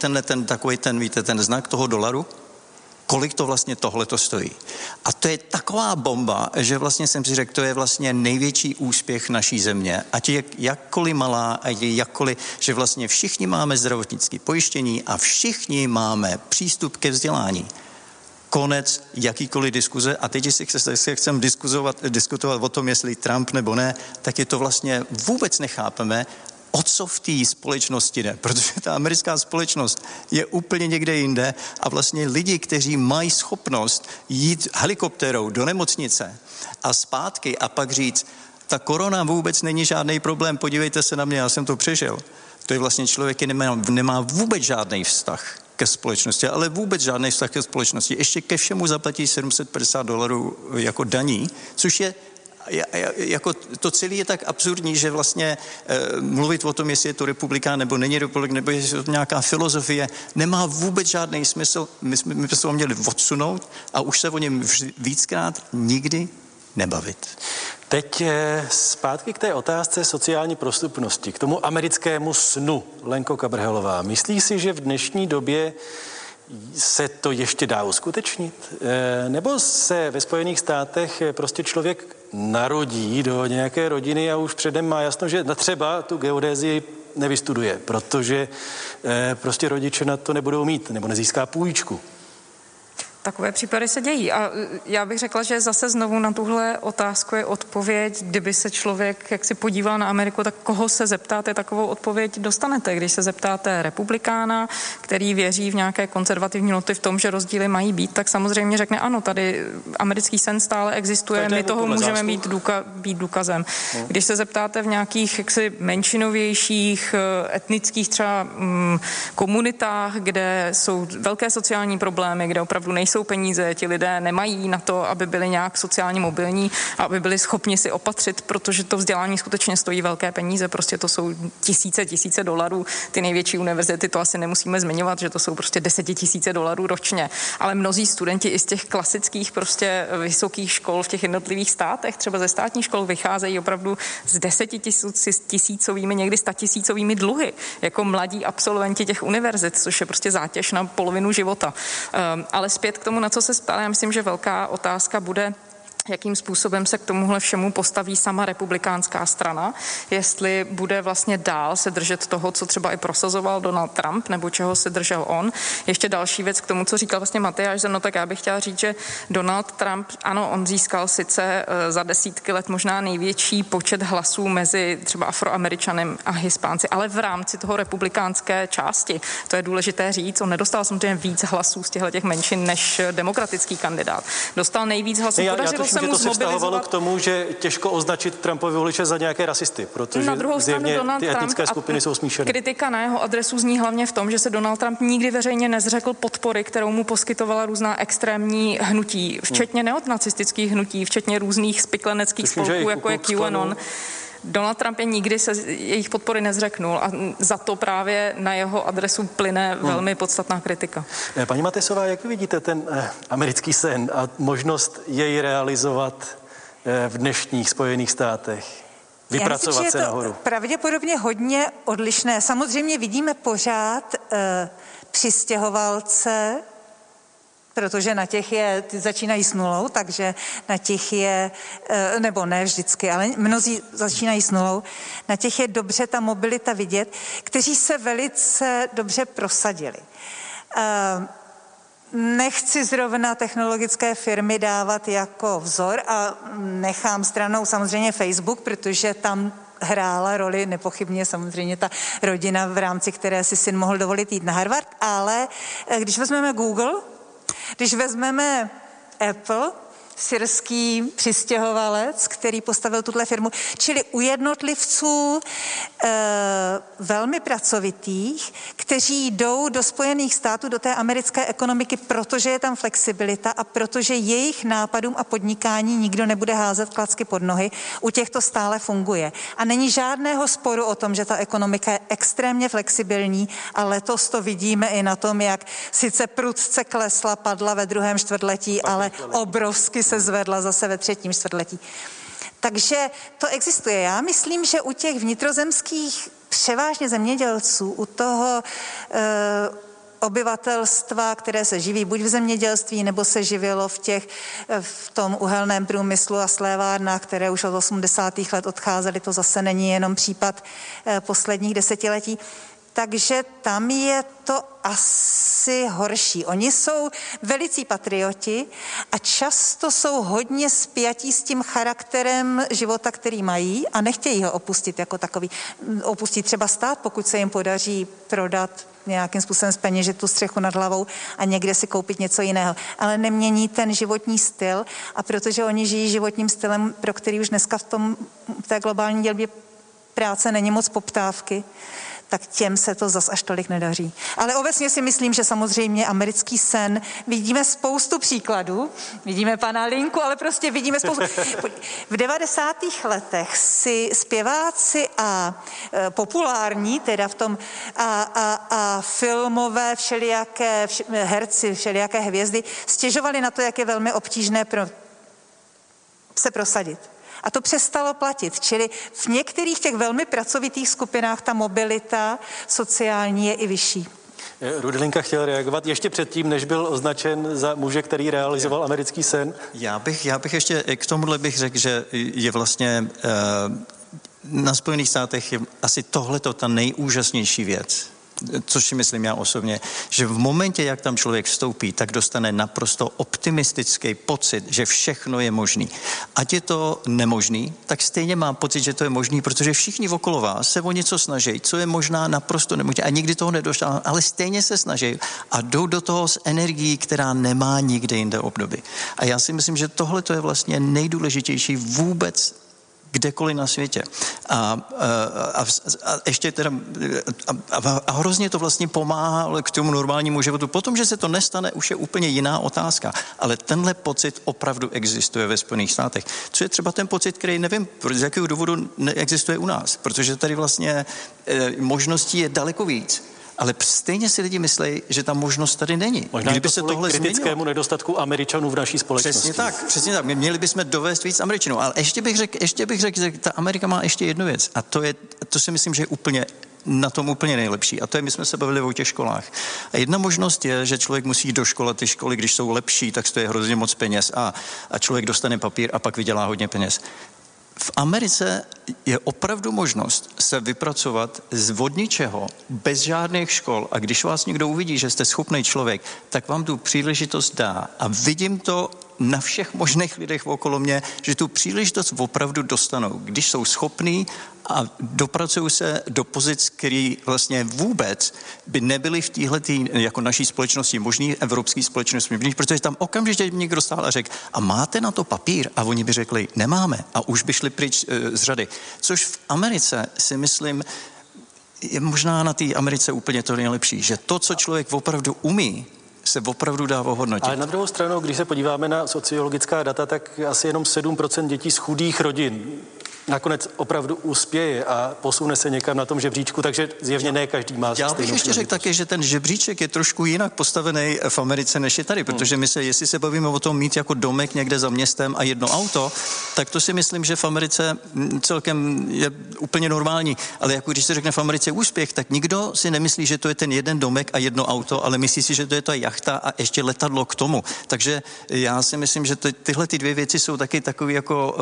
ten znak toho dolaru, kolik to vlastně tohleto stojí. A to je taková bomba, že vlastně jsem si řekl, to je vlastně největší úspěch naší země. Ať je jakkoliv malá, ať je jakkoliv, že vlastně všichni máme zdravotnické pojištění a všichni máme přístup ke vzdělání. Konec jakýkoliv diskuze a teď, jestli chceme diskutovat o tom, jestli Trump nebo ne, tak je to vlastně vůbec nechápeme, o co v té společnosti jde, protože ta americká společnost je úplně někde jinde a vlastně lidi, kteří mají schopnost jít helikoptérou do nemocnice a zpátky a pak říct, ta korona vůbec není žádný problém, podívejte se na mě, já jsem to přežil. To je vlastně člověk, který nemá vůbec žádný vztah ke společnosti, ale vůbec žádný vztah ke společnosti. Ještě ke všemu zaplatí $750 jako daní, což je jako to celé je tak absurdní, že vlastně mluvit o tom, jestli je to republikán nebo není republik, nebo jestli je to nějaká filozofie, nemá vůbec žádný smysl. My jsme se ho měli odsunout a už se o něm víckrát nikdy nebavit. Teď zpátky k té otázce sociální prostupnosti, k tomu americkému snu, Lenko Kabrhelová. Myslí si, že v dnešní době se to ještě dá uskutečnit? Nebo se ve Spojených státech prostě člověk narodí do nějaké rodiny a už předem má jasno, že třeba tu geodézii nevystuduje, protože prostě rodiče na to nebudou mít nebo nezíská půjčku? Takové případy se dějí a já bych řekla, že zase znovu na tuhle otázku je odpověď, kdyby se člověk, jak si podíval na Ameriku, tak koho se zeptáte, takovou odpověď dostanete. Když se zeptáte republikána, který věří v nějaké konzervativní noty v tom, že rozdíly mají být, tak samozřejmě řekne ano, tady americký sen stále existuje, my toho můžeme být důkazem. Když se zeptáte v nějakých jaksi menšinovějších etnických třeba komunitách, kde jsou velké sociální problémy, kde opravdu nejsou peníze, ti lidé nemají na to, aby byli nějak sociálně mobilní a aby byli schopni si opatřit, protože to vzdělání skutečně stojí velké peníze, prostě to jsou tisíce dolarů, ty největší univerzity, to asi nemusíme zmiňovat, že to jsou prostě $10,000 ročně, ale mnozí studenti i z těch klasických prostě vysokých škol v těch jednotlivých státech, třeba ze státních škol vycházejí opravdu s 10,000, někdy 100,000 dluhy, jako mladí absolventi těch univerzit, což je prostě zátěž na polovinu života. Ale zpět k tomu, na co se ptala, já myslím, že velká otázka bude, jakým způsobem se k tomuhle všemu postaví sama republikánská strana, jestli bude vlastně dál se držet toho, co třeba i prosazoval Donald Trump, nebo čeho se držel on. Ještě další věc k tomu, co říkal vlastně Matyáš, no tak já bych chtěla říct, že Donald Trump, ano, on získal sice za desítky let možná největší počet hlasů mezi třeba Afroameričanem a Hispánci, ale v rámci toho republikánské části, to je důležité říct, on nedostal samozřejmě víc hlasů z těch menšin než demokratický kandidát. Dostal nejvíc hlasů, podařilo se mu to se vztahovalo k tomu, že těžko označit Trumpovi voliče za nějaké rasisty, protože na druhou stranu Donald ty etnické Trump skupiny jsou smíšené. Kritika na jeho adresu zní hlavně v tom, že se Donald Trump nikdy veřejně nezřekl podpory, kterou mu poskytovala různá extrémní hnutí, včetně neonacistických hnutí, včetně různých spikleneckých spolků, jako je QAnon. Donald Trump je nikdy se jejich podpory nezřeknul a za to právě na jeho adresu plyne velmi podstatná kritika. Paní Matesová, jak vy vidíte ten americký sen a možnost jej realizovat v dnešních Spojených státech? Vypracovat se nahoru? Pravděpodobně hodně odlišné. Samozřejmě vidíme pořád přistěhovalce, protože na těch ty začínají s nulou, takže na těch je, nebo ne vždycky, ale mnozí začínají s nulou, na těch je dobře ta mobilita vidět, kteří se velice dobře prosadili. Nechci zrovna technologické firmy dávat jako vzor a nechám stranou samozřejmě Facebook, protože tam hrála roli nepochybně samozřejmě ta rodina, v rámci které si syn mohl dovolit jít na Harvard, ale když vezmeme Google, když vezmeme Apple, syrský přistěhovalec, který postavil tuhle firmu, čili u jednotlivců velmi pracovitých, kteří jdou do Spojených států, do té americké ekonomiky, protože je tam flexibilita a protože jejich nápadům a podnikání nikdo nebude házet klacky pod nohy, u těch to stále funguje. A není žádného sporu o tom, že ta ekonomika je extrémně flexibilní a letos to vidíme i na tom, jak sice prudce klesla, padla ve 2. čtvrtletí, ale obrovsky se zvedla zase ve 3. čtvrtletí. Takže to existuje. Já myslím, že u těch vnitrozemských převážně zemědělců, u toho obyvatelstva, které se živí buď v zemědělství, nebo se živilo v tom uhelném průmyslu a slévárnách, které už od 80. let odcházely, to zase není jenom případ posledních desetiletí. Takže tam je to asi horší. Oni jsou velicí patrioti a často jsou hodně spjatí s tím charakterem života, který mají a nechtějí ho opustit jako takový. Opustí třeba stát, pokud se jim podaří prodat nějakým způsobem zpeněžit tu střechu nad hlavou a někde si koupit něco jiného. Ale nemění ten životní styl a protože oni žijí životním stylem, pro který už dneska v té globální dělbě práce není moc poptávky, tak těm se to zas až tolik nedaří. Ale obecně si myslím, že samozřejmě americký sen, vidíme spoustu příkladů, vidíme pana Linku, ale prostě vidíme spoustu. V 90. letech si zpěváci a populární, teda v tom a filmové všelijaké herci, všelijaké hvězdy, stěžovali na to, jak je velmi obtížné se prosadit. A to přestalo platit, čili v některých těch velmi pracovitých skupinách ta mobilita sociální je i vyšší. Rudelinka chtěl reagovat ještě předtím, než byl označen za muže, který realizoval americký sen. Já bych ještě k tomuhle bych řekl, že je vlastně na Spojených státech je asi tohleto ta nejúžasnější věc. Což si myslím já osobně, že v momentě, jak tam člověk vstoupí, tak dostane naprosto optimistický pocit, že všechno je možný. Ať je to nemožný, tak stejně mám pocit, že to je možný, protože všichni okolo vás se o něco snaží, co je možná naprosto nemožné a nikdy toho nedošlo, ale stejně se snaží a jdou do toho s energií, která nemá nikde jinde obdoby. A já si myslím, že tohle to je vlastně nejdůležitější vůbec kdekoliv na světě. A ještě teda a hrozně to vlastně pomáhá k tomu normálnímu životu. Potom, že se to nestane, už je úplně jiná otázka. Ale tenhle pocit opravdu existuje ve Spojených státech. Co je třeba ten pocit, který nevím, z jakého důvodu neexistuje u nás. Protože tady vlastně možností je daleko víc. Ale stejně si lidi myslí, že ta možnost tady není. Možná kdyby se tohle kritickému nedostatku Američanů v naší společnosti. Přesně tak. Měli bychom dovést víc Američanů. Ale ještě bych řekl, že ta Amerika má ještě jednu věc. A to si myslím, že je úplně na tom úplně nejlepší. A to je, my jsme se bavili o těch školách. A jedna možnost je, že člověk musí jít do školy, ty školy, když jsou lepší, tak stojí hrozně moc peněz a člověk dostane papír a pak vydělá hodně peněz. V Americe je opravdu možnost se vypracovat od ničeho, bez žádných škol a když vás někdo uvidí, že jste schopný člověk, tak vám tu příležitost dá. A vidím to na všech možných lidech okolo mě, že tu příležitost opravdu dostanou, když jsou schopní a dopracují se do pozic, které vlastně vůbec by nebyly v téhletý jako naší společnosti možný, evropské společnosti možný, protože tam okamžitě někdo stál a řekl, a máte na to papír? A oni by řekli, nemáme. A už by šli pryč z řady. Což v Americe si myslím, je možná na té Americe úplně to nejlepší, že to, co člověk opravdu umí, se opravdu dá ohodnotit. Ale na druhou stranu, když se podíváme na sociologická data, tak asi jenom 7% dětí z chudých rodin nakonec opravdu uspěje a posune se někam na tom žebříčku, takže zjevně ne každý má. Já bych ještě řekl taky, že ten žebříček je trošku jinak postavený v Americe, než je tady, protože jestli se bavíme o tom mít jako domek někde za městem a jedno auto, tak to si myslím, že v Americe celkem je úplně normální. Ale jako když se řekne v Americe úspěch, tak nikdo si nemyslí, že to je ten jeden domek a jedno auto, ale myslí si, že to je ta jachta a ještě letadlo k tomu. Takže já si myslím, že tyhle ty dvě věci jsou taky takový jako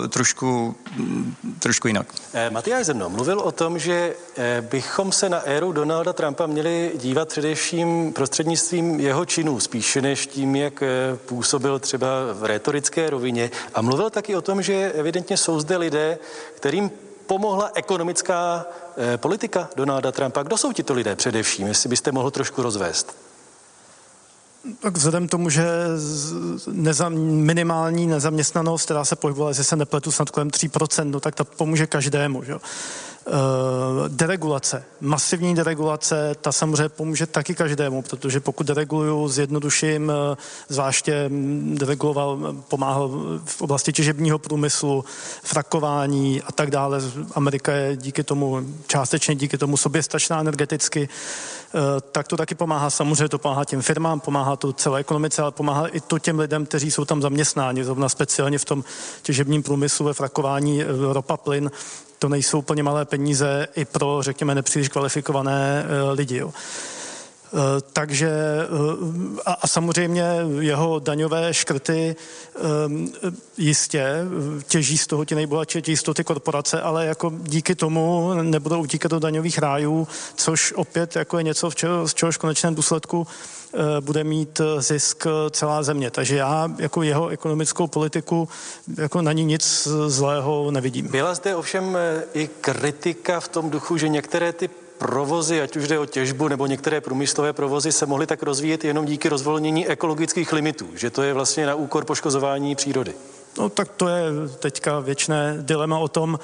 trošku jinak. Matyáš Zrno mluvil o tom, že bychom se na éru Donalda Trumpa měli dívat především prostřednictvím jeho činů, spíše než tím, jak působil třeba v rétorické rovině. A mluvil taky o tom, že evidentně jsou zde lidé, kterým pomohla ekonomická politika Donalda Trumpa. Kdo jsou tito lidé především, jestli byste mohl trošku rozvést? Tak vzhledem k tomu, že minimální nezaměstnanost, která se pohybovala, jestli se nepletu, snad kolem 3%, no, tak to pomůže každému. Že? Deregulace, masivní deregulace, ta samozřejmě pomůže taky každému, protože pokud dereguluju, zjednoduším, zvláště pomáhal v oblasti těžebního průmyslu, frakování a tak dále. Amerika je částečně díky tomu soběstačná energeticky, tak to taky pomáhá. Samozřejmě to pomáhá těm firmám, pomáhá to celé ekonomice, ale pomáhá i to těm lidem, kteří jsou tam zaměstnáni, zrovna speciálně v tom těžebním průmyslu, ve frakování, ropa, plyn. To nejsou úplně malé peníze i pro, řekněme, nepříliš kvalifikované lidi. Jo. Takže a samozřejmě jeho daňové škrty jistě těží z toho ti nejbohatší, těží z toho ty korporace, ale jako díky tomu nebudou utíkat do daňových rájů, což opět jako je něco, z čehož v konečném důsledku bude mít zisk celá země. Takže já jako jeho ekonomickou politiku jako na ní nic zlého nevidím. Byla zde ovšem i kritika v tom duchu, že některé ty provozy, ať už jde o těžbu nebo některé průmyslové provozy, se mohly tak rozvíjet jenom díky rozvolnění ekologických limitů, že to je vlastně na úkor poškozování přírody. No tak to je teďka věčné dilema o tom,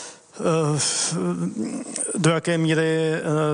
do jaké míry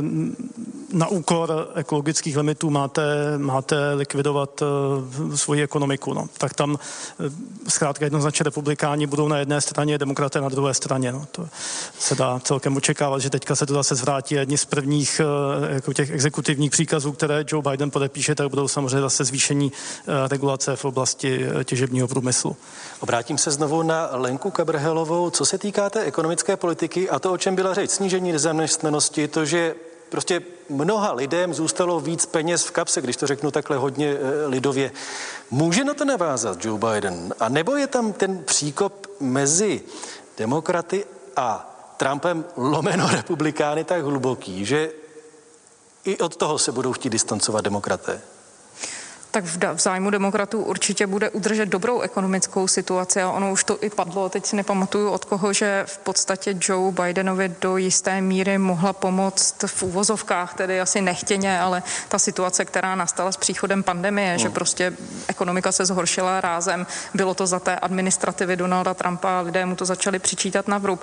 na úkor ekologických limitů máte likvidovat svoji ekonomiku. No. Tak tam zkrátka jednoznačně republikáni budou na jedné straně, demokraté na druhé straně. No. To se dá celkem očekávat, že teďka se to zase zvrátí. Jedni z prvních jako těch exekutivních příkazů, které Joe Biden podepíše, tak budou samozřejmě zase zvýšení regulace v oblasti těžebního průmyslu. Obrátím se znovu na Lenku Kabrhelovou. Co se týká té ekonomické politiky a to, o čem byla řeč, snížení nezaměstnanosti, to, že prostě mnoha lidem zůstalo víc peněz v kapse, když to řeknu takhle hodně lidově. Může na to navázat Joe Biden? A nebo je tam ten příkop mezi demokraty a Trumpem lomeno republikány tak hluboký, že i od toho se budou chtít distancovat demokraté? Tak v zájmu demokratů určitě bude udržet dobrou ekonomickou situaci a ono už to i padlo, teď si nepamatuju od koho, že v podstatě Joe Bidenovi do jisté míry mohla pomoct v uvozovkách, tedy asi nechtěně, ale ta situace, která nastala s příchodem pandemie, že prostě ekonomika se zhoršila rázem, bylo to za té administrativy Donalda Trumpa a lidé mu to začali přičítat na vrub.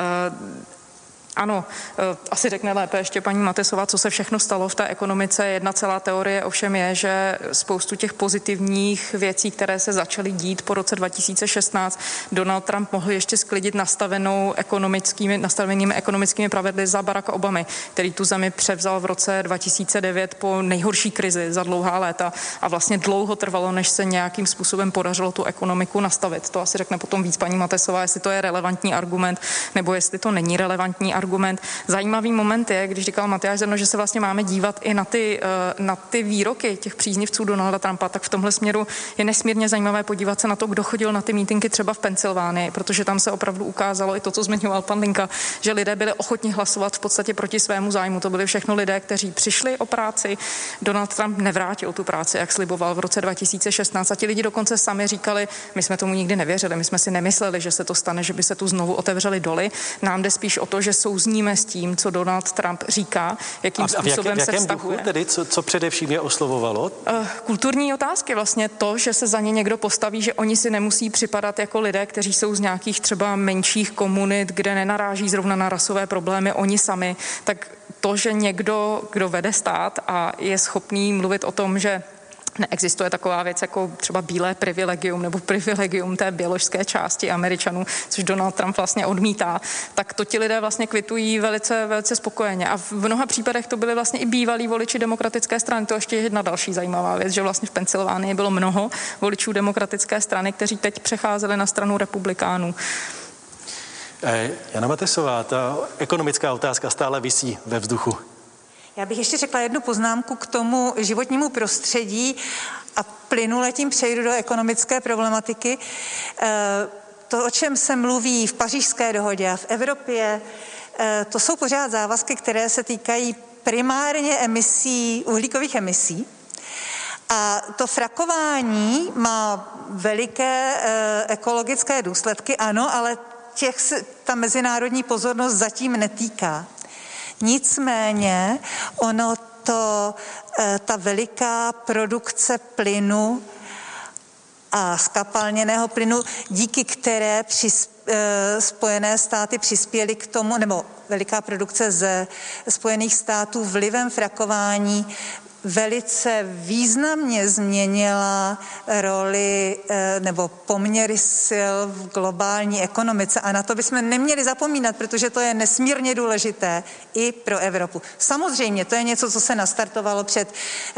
Ano, asi řekne lépe ještě paní Matesová, co se všechno stalo v té ekonomice. Jedna celá teorie ovšem je, že spoustu těch pozitivních věcí, které se začaly dít po roce 2016, Donald Trump mohl ještě sklidit nastavenými ekonomickými pravidly za Baracka Obamy, který tu zemi převzal v roce 2009 po nejhorší krizi za dlouhá léta a vlastně dlouho trvalo, než se nějakým způsobem podařilo tu ekonomiku nastavit. To asi řekne potom víc paní Matesová, jestli to je relevantní argument, nebo jestli to není relevantní argument. Zajímavý moment je, když říkal Matyáš Zrno, že se vlastně máme dívat i na ty výroky těch příznivců Donalda Trumpa, tak v tomhle směru je nesmírně zajímavé podívat se na to, kdo chodil na ty mítinky třeba v Pensylvánii, protože tam se opravdu ukázalo i to, co zmiňoval pan Linka, že lidé byli ochotni hlasovat v podstatě proti svému zájmu. To byli všechno lidé, kteří přišli o práci. Donald Trump nevrátil tu práci, jak sliboval v roce 2016 a ti lidi dokonce sami říkali, my jsme tomu nikdy nevěřili, my jsme si nemysleli, že se to stane, že by se tu znovu otevřely doly. Nám jde spíš o to, že souzníme s tím, co Donald Trump říká, jakým způsobem se vztahuje. Duchu tedy, co především je oslovovalo? Kulturní otázky, vlastně to, že se za ně někdo postaví, že oni si nemusí připadat jako lidé, kteří jsou z nějakých třeba menších komunit, kde nenaráží zrovna na rasové problémy oni sami, tak to, že někdo, kdo vede stát a je schopný mluvit o tom, že Neexistuje taková věc jako třeba bílé privilegium nebo privilegium té běložské části Američanů, což Donald Trump vlastně odmítá, tak to ti lidé vlastně kvitují velice, velice spokojeně. A v mnoha případech to byly vlastně i bývalí voliči demokratické strany. To ještě je jedna další zajímavá věc, že vlastně v Pensylvánii bylo mnoho voličů demokratické strany, kteří teď přecházeli na stranu republikánů. Jana Matesová, ta ekonomická otázka stále visí ve vzduchu. Já bych ještě řekla jednu poznámku k tomu životnímu prostředí a plynule tím přejdu do ekonomické problematiky. To, o čem se mluví v Pařížské dohodě a v Evropě, to jsou pořád závazky, které se týkají primárně uhlíkových emisí. A to frakování má veliké ekologické důsledky, ano, ale těch se ta mezinárodní pozornost zatím netýká. Nicméně ta veliká produkce plynu a zkapalněného plynu, díky které Spojené státy přispěly k tomu, nebo veliká produkce ze Spojených států vlivem frakování velice významně změnila roli nebo poměry sil v globální ekonomice. A na to bychom neměli zapomínat, protože to je nesmírně důležité i pro Evropu. Samozřejmě, to je něco, co se nastartovalo před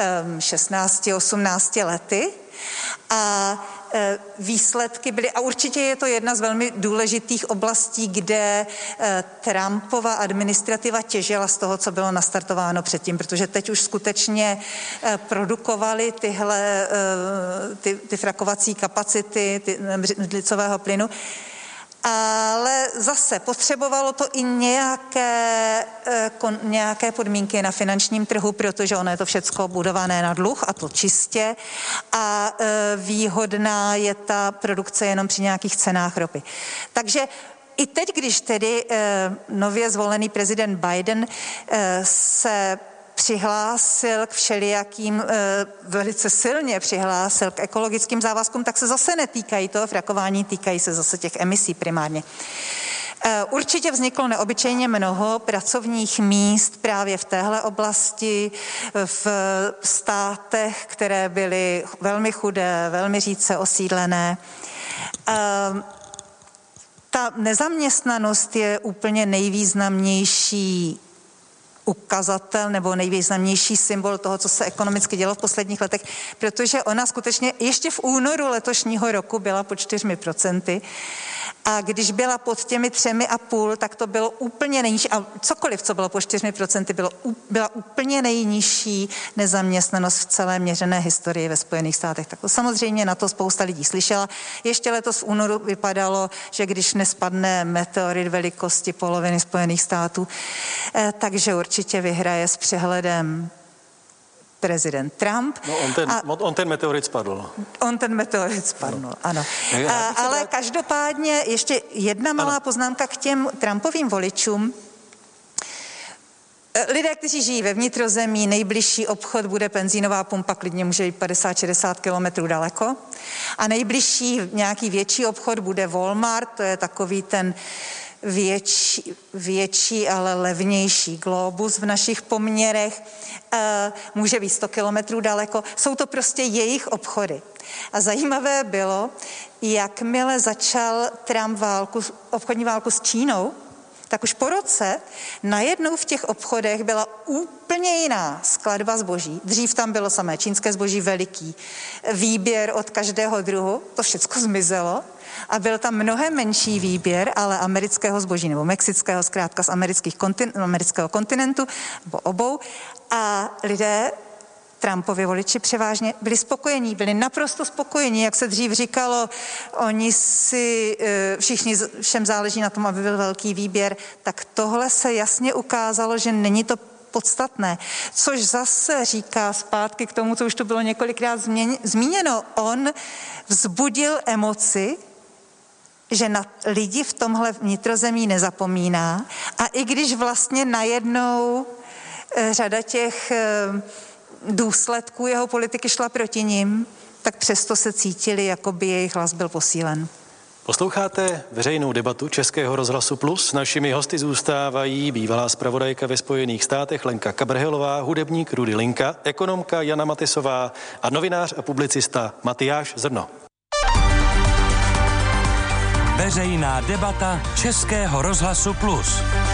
16-18 lety a výsledky byly, a určitě je to jedna z velmi důležitých oblastí, kde Trumpova administrativa těžila z toho, co bylo nastartováno předtím, protože teď už skutečně produkovali ty frakovací kapacity břidlicového plynu. Ale zase potřebovalo to i nějaké podmínky na finančním trhu, protože ono je to všecko budované na dluh a to čistě a výhodná je ta produkce jenom při nějakých cenách ropy. Takže i teď, když tedy nově zvolený prezident Biden se přihlásil k všelijakým, velice silně přihlásil k ekologickým závazkům, tak se zase netýkají toho frakování, týkají se zase těch emisí primárně. Určitě vzniklo neobyčejně mnoho pracovních míst právě v téhle oblasti, v státech, které byly velmi chudé, velmi řídce osídlené. Ta nezaměstnanost je úplně nejvýznamnější ukazatel nebo nejvýznamnější symbol toho, co se ekonomicky dělo v posledních letech, protože ona skutečně ještě v únoru letošního roku byla pod 4%. A když byla pod těmi 3,5, tak to bylo úplně nejnižší. A cokoliv, co bylo pod 4%, byla úplně nejnižší nezaměstnanost v celé měřené historii ve Spojených státech. Tak to samozřejmě na to spousta lidí slyšela. Ještě letos v únoru vypadalo, že když nespadne meteorit velikosti poloviny Spojených států, takže určitě vyhraje s přehledem prezident Trump. No on ten meteorit spadl. On ten meteorit spadl, ano. Ale každopádně ještě jedna malá poznámka k těm Trumpovým voličům. Lidé, kteří žijí ve vnitrozemí, nejbližší obchod bude benzínová pumpa, klidně může jít 50-60 kilometrů daleko. A nejbližší nějaký větší obchod bude Walmart, to je takový ten větší, ale levnější globus v našich poměrech, může být 100 kilometrů daleko. Jsou to prostě jejich obchody. A zajímavé bylo, jakmile začal Trump obchodní válku s Čínou, tak už po roce najednou v těch obchodech byla úplně jiná skladba zboží. Dřív tam bylo samé čínské zboží, veliký výběr od každého druhu, to všechno zmizelo a byl tam mnohem menší výběr, ale amerického zboží nebo mexického, zkrátka z amerického kontinentu, nebo obou. A lidé, Trumpovi voliči převážně, byli spokojení, byli naprosto spokojení, jak se dřív říkalo, oni si všem záleží na tom, aby byl velký výběr, tak tohle se jasně ukázalo, že není to podstatné, což zase říká zpátky k tomu, co už tu bylo několikrát zmíněno. On vzbudil emoci, že na lidi v tomhle vnitrozemí nezapomíná a i když vlastně najednou řada těch důsledků jeho politiky šla proti nim, tak přesto se cítili, jako by jejich hlas byl posílen. Posloucháte veřejnou debatu Českého rozhlasu Plus. Našimi hosty zůstávají bývalá zpravodajka ve Spojených státech Lenka Kabrhelová, hudebník Rudy Linka, ekonomka Jana Matysová a novinář a publicista Matyáš Zrno. Veřejná debata Českého rozhlasu Plus.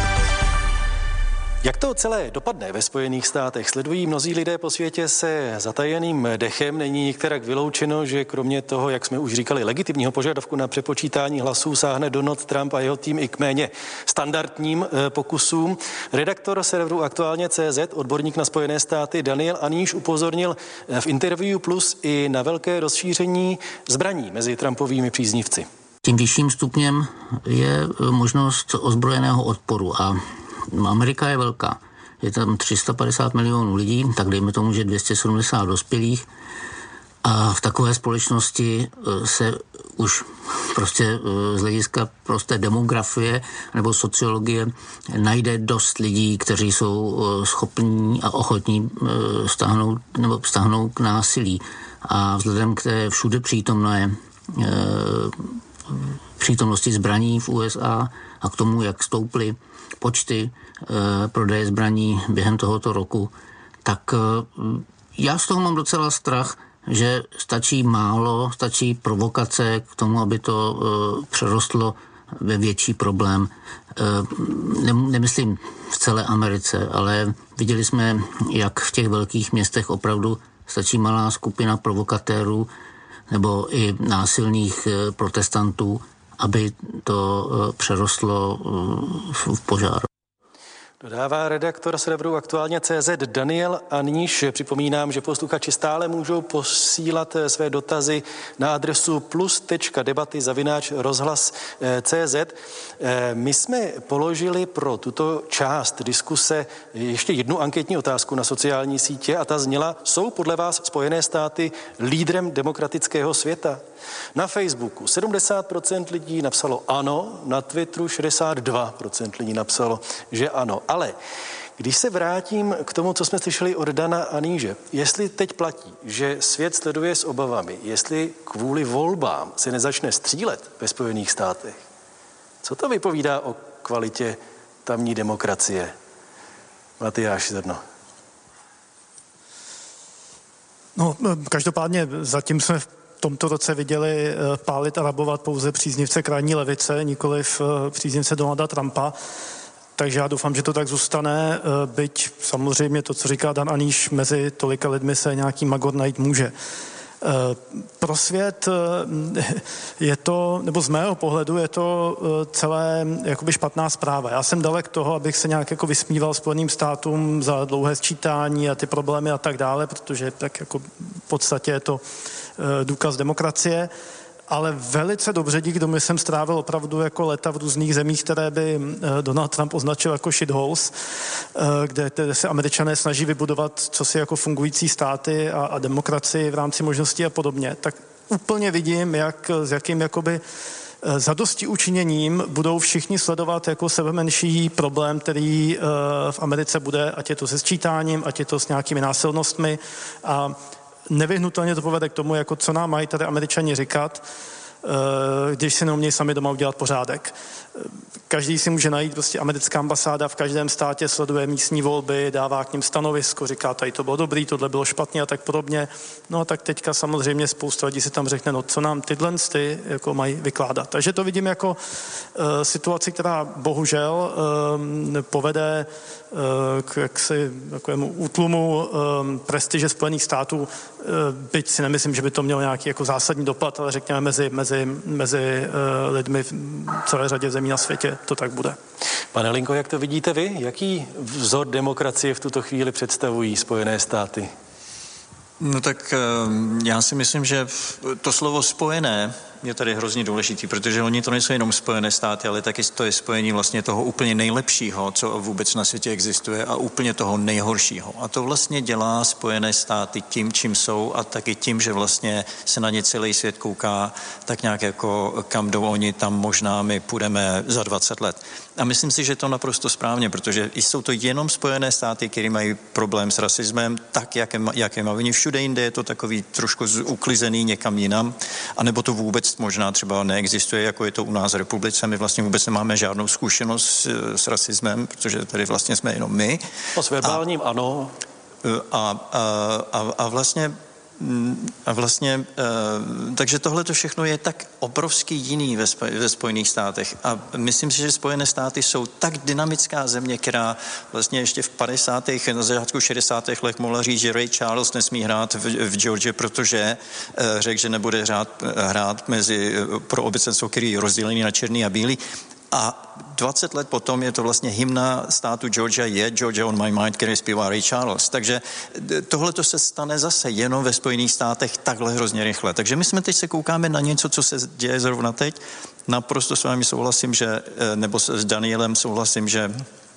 Jak to celé dopadne ve Spojených státech, sledují mnozí lidé po světě se zatajeným dechem. Není některak vyloučeno, že kromě toho, jak jsme už říkali, legitimního požadavku na přepočítání hlasů sáhne Donald Trump a jeho tým i k méně standardním pokusům. Redaktor serveru Aktuálně.cz, odborník na Spojené státy Daniel Aníš upozornil v interview Plus i na velké rozšíření zbraní mezi Trumpovými příznivci. Tím vyšším stupněm je možnost ozbrojeného odporu a Amerika je velká. Je tam 350 milionů lidí, tak dejme tomu, že 270 dospělých a v takové společnosti se už prostě z hlediska prosté demografie nebo sociologie najde dost lidí, kteří jsou schopní a ochotní stáhnout k násilí. A vzhledem k té všude přítomnosti zbraní v USA a k tomu, jak stouply počty prodeje zbraní během tohoto roku, tak já z toho mám docela strach, že stačí provokace k tomu, aby to přerostlo ve větší problém. Nemyslím v celé Americe, ale viděli jsme, jak v těch velkých městech opravdu stačí malá skupina provokatérů nebo i násilných protestantů, aby to přerostlo v požár. Dodává redaktor serveru Aktuálně.cz Daniel Aníš. Připomínám, že posluchači stále můžou posílat své dotazy na adresu plus.debaty@rozhlas.cz. My jsme položili pro tuto část diskuse ještě jednu anketní otázku na sociální sítě a ta zněla: jsou podle vás Spojené státy lídrem demokratického světa? Na Facebooku 70% lidí napsalo ano, na Twitteru 62% lidí napsalo, že ano. Ale když se vrátím k tomu, co jsme slyšeli od Dana Aníže, jestli teď platí, že svět sleduje s obavami, jestli kvůli volbám se nezačne střílet ve Spojených státech, co to vypovídá o kvalitě tamní demokracie? Matyáš Zrno. No, každopádně zatím jsme v tomto roce viděli pálit a rabovat pouze příznivce krajní levice, nikoliv příznivce Donalda Trumpa. Takže já doufám, že to tak zůstane, byť samozřejmě to, co říká Dan Aníš, mezi tolika lidmi se nějaký magor najít může. Pro svět je to, nebo z mého pohledu je to celé jakoby špatná zpráva. Já jsem dalek toho, abych se nějak jako vysmíval Spojeným státům za dlouhé sčítání a ty problémy a tak dále, protože tak jako v podstatě je to důkaz demokracie. Ale velice dobře, díky tomu jsem strávil opravdu jako léta v různých zemích, které by Donald Trump označil jako shitholes, kde se Američané snaží vybudovat cosi jako fungující státy a demokracii v rámci možností a podobně. Tak úplně vidím, s jakým jakoby zadosti učiněním budou všichni sledovat jako sebemenší problém, který v Americe bude, ať je to se sčítáním, ať je to s nějakými násilnostmi a nevyhnutelně to povede k tomu, jako co nám mají tady Američani říkat, když si neumějí sami doma udělat pořádek. Každý si může najít, prostě americká ambasáda v každém státě sleduje místní volby, dává k nim stanovisko, říká, tady to bylo dobrý, tohle bylo špatně a tak podobně. No a tak teďka samozřejmě spousta lidí si tam řekne, no co nám tyhle jako mají vykládat. Takže to vidím jako situaci, která bohužel povede k takovému útlumu prestiže Spojených států, byť si nemyslím, že by to mělo nějaký jako zásadní dopad, ale řekněme mezi lidmi v celé řadě zemí na světě to tak bude. Pane Linko, jak to vidíte vy? Jaký vzor demokracie v tuto chvíli představují Spojené státy? No tak já si myslím, že to slovo spojené je tady hrozně důležitý, protože oni to nejsou jenom Spojené státy, ale taky to je spojení vlastně toho úplně nejlepšího, co vůbec na světě existuje a úplně toho nejhoršího. A to vlastně dělá Spojené státy tím, čím jsou a taky tím, že vlastně se na ně celý svět kouká tak nějak jako kam jdou oni, tam možná my půjdeme za 20 let. A myslím si, že to naprosto správně, protože jsou to jenom Spojené státy, které mají problém s rasismem, tak, jak je má. Oni všude jinde je to takový trošku uklizený někam jinam, anebo to vůbec možná třeba neexistuje, jako je to u nás v republice. My vlastně vůbec nemáme žádnou zkušenost s rasismem, protože tady vlastně jsme jenom my. S verbálním ano. Takže tohle to všechno je tak obrovský jiný ve Spojených státech a myslím si, že Spojené státy jsou tak dynamická země, která vlastně ještě v 50. na začátku 60. let mohla říct, že Ray Charles nesmí hrát v Georgii, protože řekl, že nebude hrát pro obecenstvo, který je rozdělený na černý a bílý. A 20 let potom je to vlastně hymna státu Georgia, je Georgia on my mind, který zpívá Ray Charles. Takže tohle to se stane zase jenom ve Spojených státech takhle hrozně rychle. Takže my jsme teď se koukáme na něco, co se děje zrovna teď. Naprosto s vámi souhlasím, nebo s Danielem souhlasím, že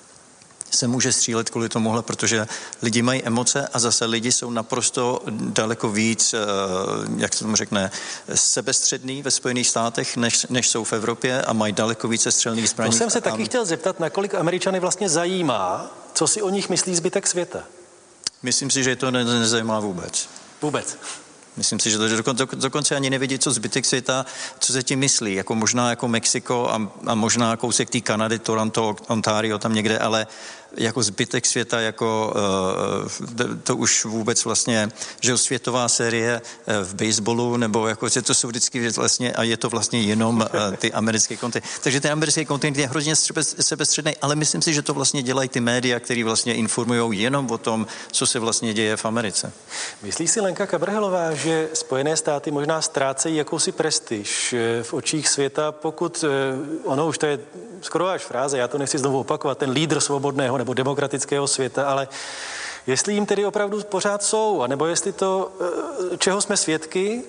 se může střílet kvůli tomuhle, protože lidi mají emoce a zase lidi jsou naprosto daleko víc, jak se tomu řekne, sebestřední ve Spojených státech, než jsou v Evropě a mají daleko více střelných zbraní. To jsem se taky chtěl zeptat, nakolik Američany vlastně zajímá, co si o nich myslí zbytek světa. Myslím si, že to nezajímá vůbec. Vůbec. Myslím si, že to dokonce ani nevidí, co zbytek světa, co se tím myslí, jako možná jako Mexiko a možná kousek té Kanady, Toronto, Ontario, tam někde, ale jako zbytek světa, jako to už vůbec vlastně, že světová série v baseballu, nebo jako to jsou vždycky vlastně, a je to vlastně jenom ty americké kontinenty. Takže ten americký kontinent je hrozně sebestředný, ale myslím si, že to vlastně dělají ty média, které vlastně informují jenom o tom, co se vlastně děje v Americe. Myslí si Lenka Kabrhelová, že Spojené státy možná ztrácejí jakousi prestiž v očích světa, pokud, ono už to je skoro až fráze, já to nechci znovu opakovat, ten lídr svobodného nebo demokratického světa, ale jestli jim tedy opravdu pořád jsou, anebo jestli to, čeho jsme svědky,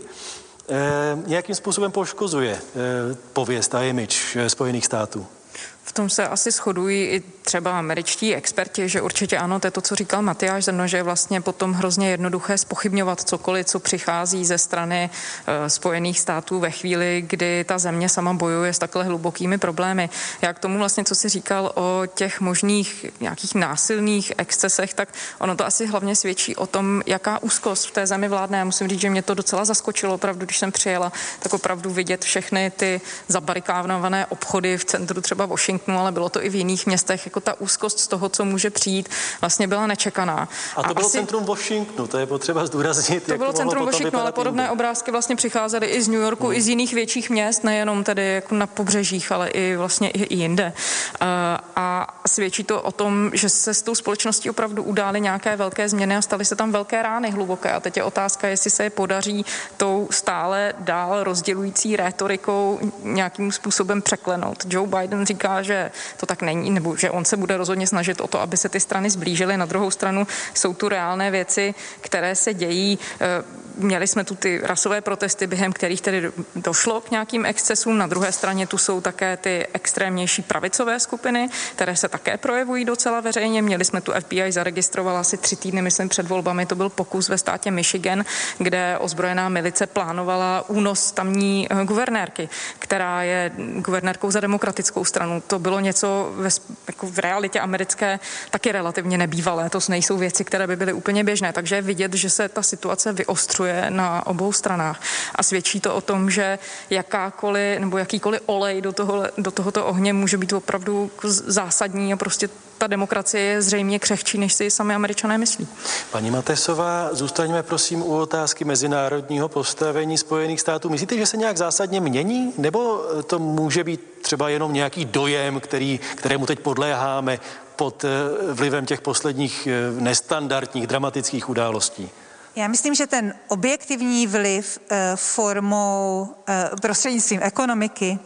nějakým způsobem poškozuje pověst a image Spojených států. V tom se asi shodují i třeba američtí experti, že určitě ano, to je to, co říkal Matyáš Zrno, že je vlastně potom hrozně jednoduché zpochybňovat cokoliv, co přichází ze strany Spojených států ve chvíli, kdy ta země sama bojuje s takhle hlubokými problémy. Já k tomu vlastně, co jsi říkal o těch možných nějakých násilných excesech, tak ono to asi hlavně svědčí o tom, jaká úzkost v té zemi vládne. Já musím říct, že mě to docela zaskočilo opravdu, když jsem přijela, tak opravdu vidět všechny ty zabarikádované obchody v centru třeba Washingtonu, ale bylo to i v jiných městech, jako ta úzkost z toho, co může přijít, vlastně byla nečekaná. A to bylo centrum Washingtonu, to je potřeba zdůraznit. To bylo centrum Washingtonu, ale podobné obrázky vlastně přicházely i z New Yorku, i z jiných větších měst, nejenom tedy jako na pobřežích, ale i vlastně i jinde. A svědčí to o tom, že se s tou společností opravdu udály nějaké velké změny a staly se tam velké rány hluboké. A teď je otázka, jestli se je podaří tou stále dál rozdělující rétorikou nějakým způsobem překlenout. Joe Biden říká, že to tak není, nebo že on se bude rozhodně snažit o to, aby se ty strany zblížily. Na druhou stranu jsou tu reálné věci, které se dějí. Měli jsme tu ty rasové protesty, během kterých tedy došlo k nějakým excesům. Na druhé straně tu jsou také ty extrémnější pravicové skupiny, které se také projevují docela veřejně. Měli jsme tu FBI zaregistrovala asi 3 týdny, myslím, před volbami. To byl pokus ve státě Michigan, kde ozbrojená milice plánovala únos tamní guvernérky, která je guvernérkou za demokratickou stranu. To bylo něco jako v realitě americké taky relativně nebývalé. To nejsou věci, které by byly úplně běžné. Takže je vidět, že se ta situace vyostřuje na obou stranách. A svědčí to o tom, že jakákoliv nebo jakýkoliv olej do tohoto ohně může být opravdu zásadní a prostě ta demokracie je zřejmě křehčí, než si sami Američané myslí. Paní Matesová, zůstaňme prosím u otázky mezinárodního postavení Spojených států. Myslíte, že se nějak zásadně mění? Nebo to může být třeba jenom nějaký dojem, kterému teď podléháme pod vlivem těch posledních nestandardních, dramatických událostí? Já myslím, že ten objektivní vliv formou prostřednictvím ekonomiky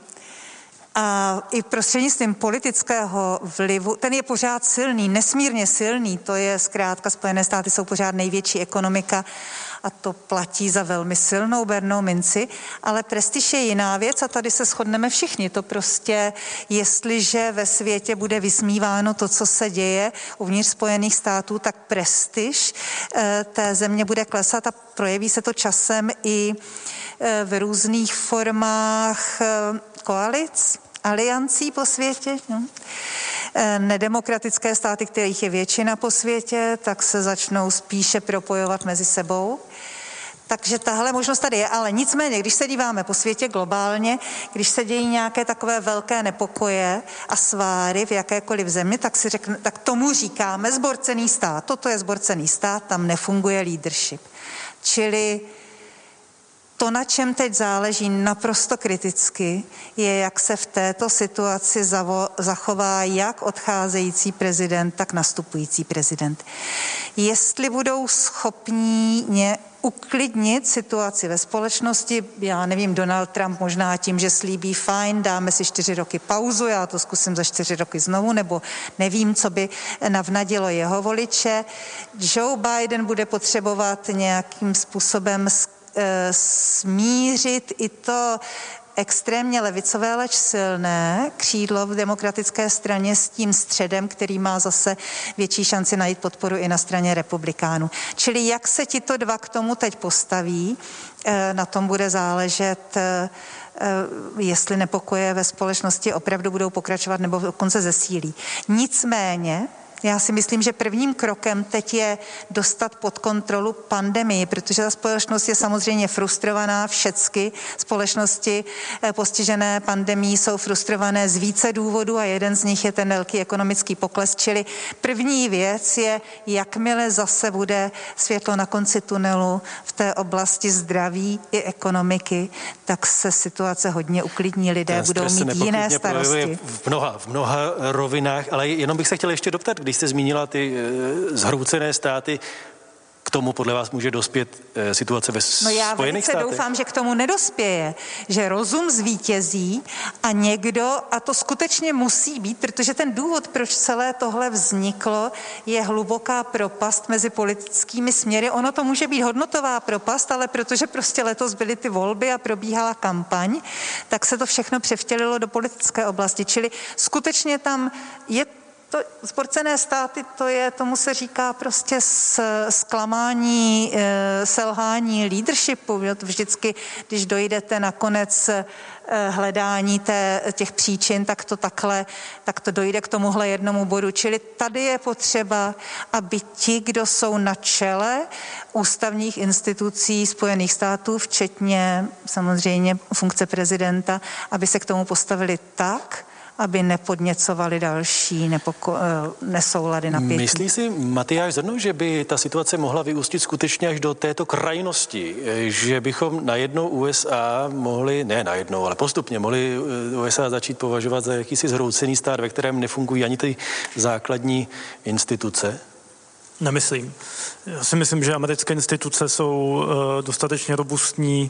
a i prostřednictvím politického vlivu, ten je pořád silný, nesmírně silný, to je zkrátka, Spojené státy jsou pořád největší ekonomika a to platí za velmi silnou bernou minci, ale prestiž je jiná věc a tady se shodneme všichni. To prostě, jestliže ve světě bude vysmíváno to, co se děje uvnitř Spojených států, tak prestiž té země bude klesat a projeví se to časem i v různých formách koalic, aliancí po světě. No. Nedemokratické státy, kterých je většina po světě, tak se začnou spíše propojovat mezi sebou. Takže tahle možnost tady je, ale nicméně, když se díváme po světě globálně, když se dějí nějaké takové velké nepokoje a sváry v jakékoliv zemi, tak tomu říkáme zborcený stát. Toto je zborcený stát, tam nefunguje leadership. Čili to, na čem teď záleží naprosto kriticky, je, jak se v této situaci zachová jak odcházející prezident, tak nastupující prezident. Jestli budou schopní uklidnit situaci ve společnosti, já nevím, Donald Trump možná tím, že slíbí fajn, dáme si 4 roky pauzu, já to zkusím za 4 roky znovu, nebo nevím, co by navnadilo jeho voliče. Joe Biden bude potřebovat nějakým způsobem smířit i to extrémně levicové, leč silné křídlo v demokratické straně s tím středem, který má zase větší šanci najít podporu i na straně republikánů. Čili jak se tito dva k tomu teď postaví, na tom bude záležet, jestli nepokoje ve společnosti opravdu budou pokračovat nebo dokonce zesílí. Nicméně, já si myslím, že prvním krokem teď je dostat pod kontrolu pandemii, protože ta společnost je samozřejmě frustrovaná, všecky společnosti postižené pandemií jsou frustrované z více důvodů a jeden z nich je ten velký ekonomický pokles, čili první věc je, jakmile zase bude světlo na konci tunelu v té oblasti zdraví i ekonomiky, tak se situace hodně uklidní, lidé budou mít jiné starosti. V mnoha rovinách, ale jenom bych se chtěl ještě doptat, když jste zmínila ty zhroucené státy, k tomu podle vás může dospět situace ve Spojených státech? Já doufám, že k tomu nedospěje, že rozum zvítězí a někdo, a to skutečně musí být, protože ten důvod, proč celé tohle vzniklo, je hluboká propast mezi politickými směry. Ono to může být hodnotová propast, ale protože prostě letos byly ty volby a probíhala kampaň, tak se to všechno převtělilo do politické oblasti. Čili skutečně tam je to zborcené státy, tomu se říká prostě zklamání, selhání leadershipu. Vždycky, když dojdete na konec hledání těch příčin, tak to dojde k tomuhle jednomu bodu. Čili tady je potřeba, aby ti, kdo jsou na čele ústavních institucí Spojených států, včetně samozřejmě funkce prezidenta, aby se k tomu postavili tak, aby nepodněcovali další nesoulady, napětí. Myslí si Matyáš Zrno, že by ta situace mohla vyústit skutečně až do této krajnosti, že bychom najednou USA mohli, ne najednou, ale postupně mohli USA začít považovat za jakýsi zhroucený stát, ve kterém nefungují ani ty základní instituce? Nemyslím. Já si myslím, že americké instituce jsou dostatečně robustní,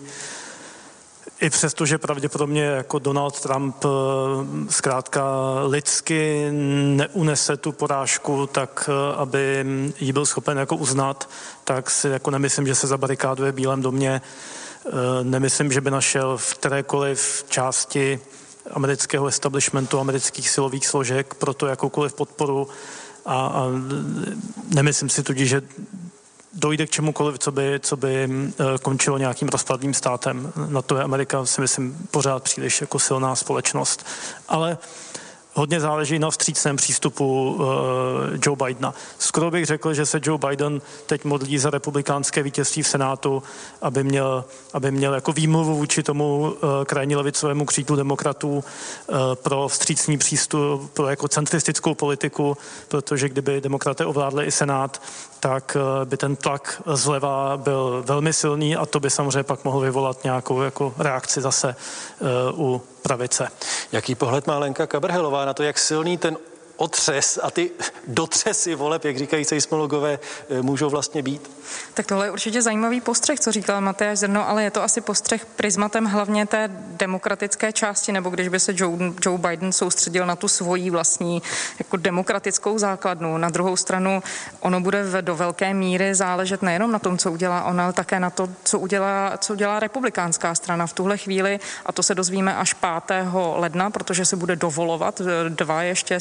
i přesto, že pravděpodobně jako Donald Trump zkrátka lidsky neunese tu porážku, tak aby ji byl schopen jako uznat, tak si jako nemyslím, že se zabarikáduje v Bílém domě. Nemyslím, že by našel v kterékoliv části amerického establishmentu, amerických silových složek pro to jakoukoliv podporu a nemyslím si tudíž, že dojde k čemukoliv, co by končilo nějakým rozpadlým státem. Na to je Amerika, si myslím, pořád příliš jako silná společnost. Ale hodně záleží na vstřícném přístupu Joe Bidena. Skoro bych řekl, že se Joe Biden teď modlí za republikánské vítězství v Senátu, aby měl jako výmluvu vůči tomu krajně levicovému křídlu demokratů pro vstřícný přístup, pro jako centristickou politiku, protože kdyby demokraté ovládli i Senát, tak by ten tlak zleva byl velmi silný a to by samozřejmě pak mohlo vyvolat nějakou jako reakci zase u pravice. Jaký pohled má Lenka Kabrhelová na to, jak silný ten otřes a ty dotřesy voleb, jak říkají seismologové, můžou vlastně být? Tak tohle je určitě zajímavý postřeh, co říkal Matyáš Zrno, ale je to asi postřeh prismatem hlavně té demokratické části, nebo když by se Joe Biden soustředil na tu svoji vlastní jako demokratickou základnu. Na druhou stranu ono bude do velké míry záležet nejenom na tom, co udělá on, ale také na to, co udělá republikánská strana v tuhle chvíli, a to se dozvíme až 5. ledna, protože se bude dovolovat 2 ještě senátní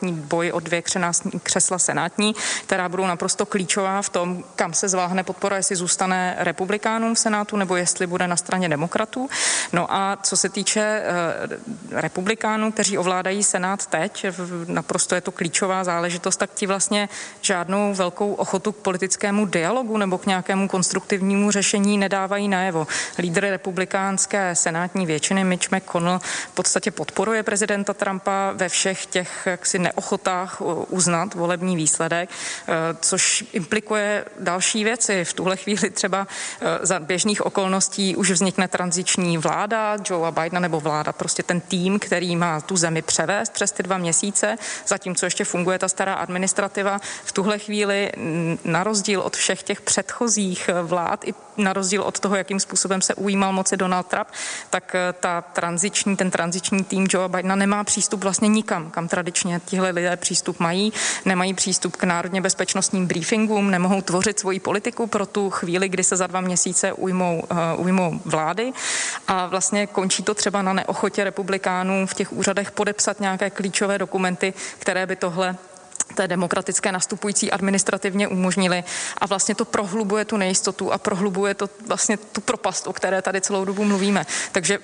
boj o 2 křesla senátní, která budou naprosto klíčová v tom, kam se zváhne podpora, jestli zůstane republikánům v Senátu nebo jestli bude na straně demokratů. No a co se týče republikánů, kteří ovládají Senát teď, naprosto je to klíčová záležitost, tak ti vlastně žádnou velkou ochotu k politickému dialogu nebo k nějakému konstruktivnímu řešení nedávají najevo. Lídr republikánské senátní většiny Mitch McConnell v podstatě podporuje prezidenta Trumpa ve všech těch jaksi neochotách uznat volební výsledek, což implikuje další věci. V tuhle chvíli třeba za běžných okolností už vznikne tranziční vláda Joea Bidena nebo vláda, prostě ten tým, který má tu zemi převést přes ty 2 měsíce, zatímco ještě funguje ta stará administrativa. V tuhle chvíli na rozdíl od všech těch předchozích vlád i na rozdíl od toho, jakým způsobem se ujímal moci Donald Trump, tak ten tranziční tým Joea Bidena nemá přístup vlastně nikam, kam tradičně tihle lidé přístup mají. Nemají přístup k národně bezpečnostním briefingům, nemohou tvořit svoji politiku pro tu chvíli, kdy se za 2 měsíce ujmou vlády a vlastně končí to třeba na neochotě republikánů v těch úřadech podepsat nějaké klíčové dokumenty, které by tohle té demokratické nastupující administrativně umožnili a vlastně to prohlubuje tu nejistotu a prohlubuje to vlastně tu propast, o které tady celou dobu mluvíme. Takže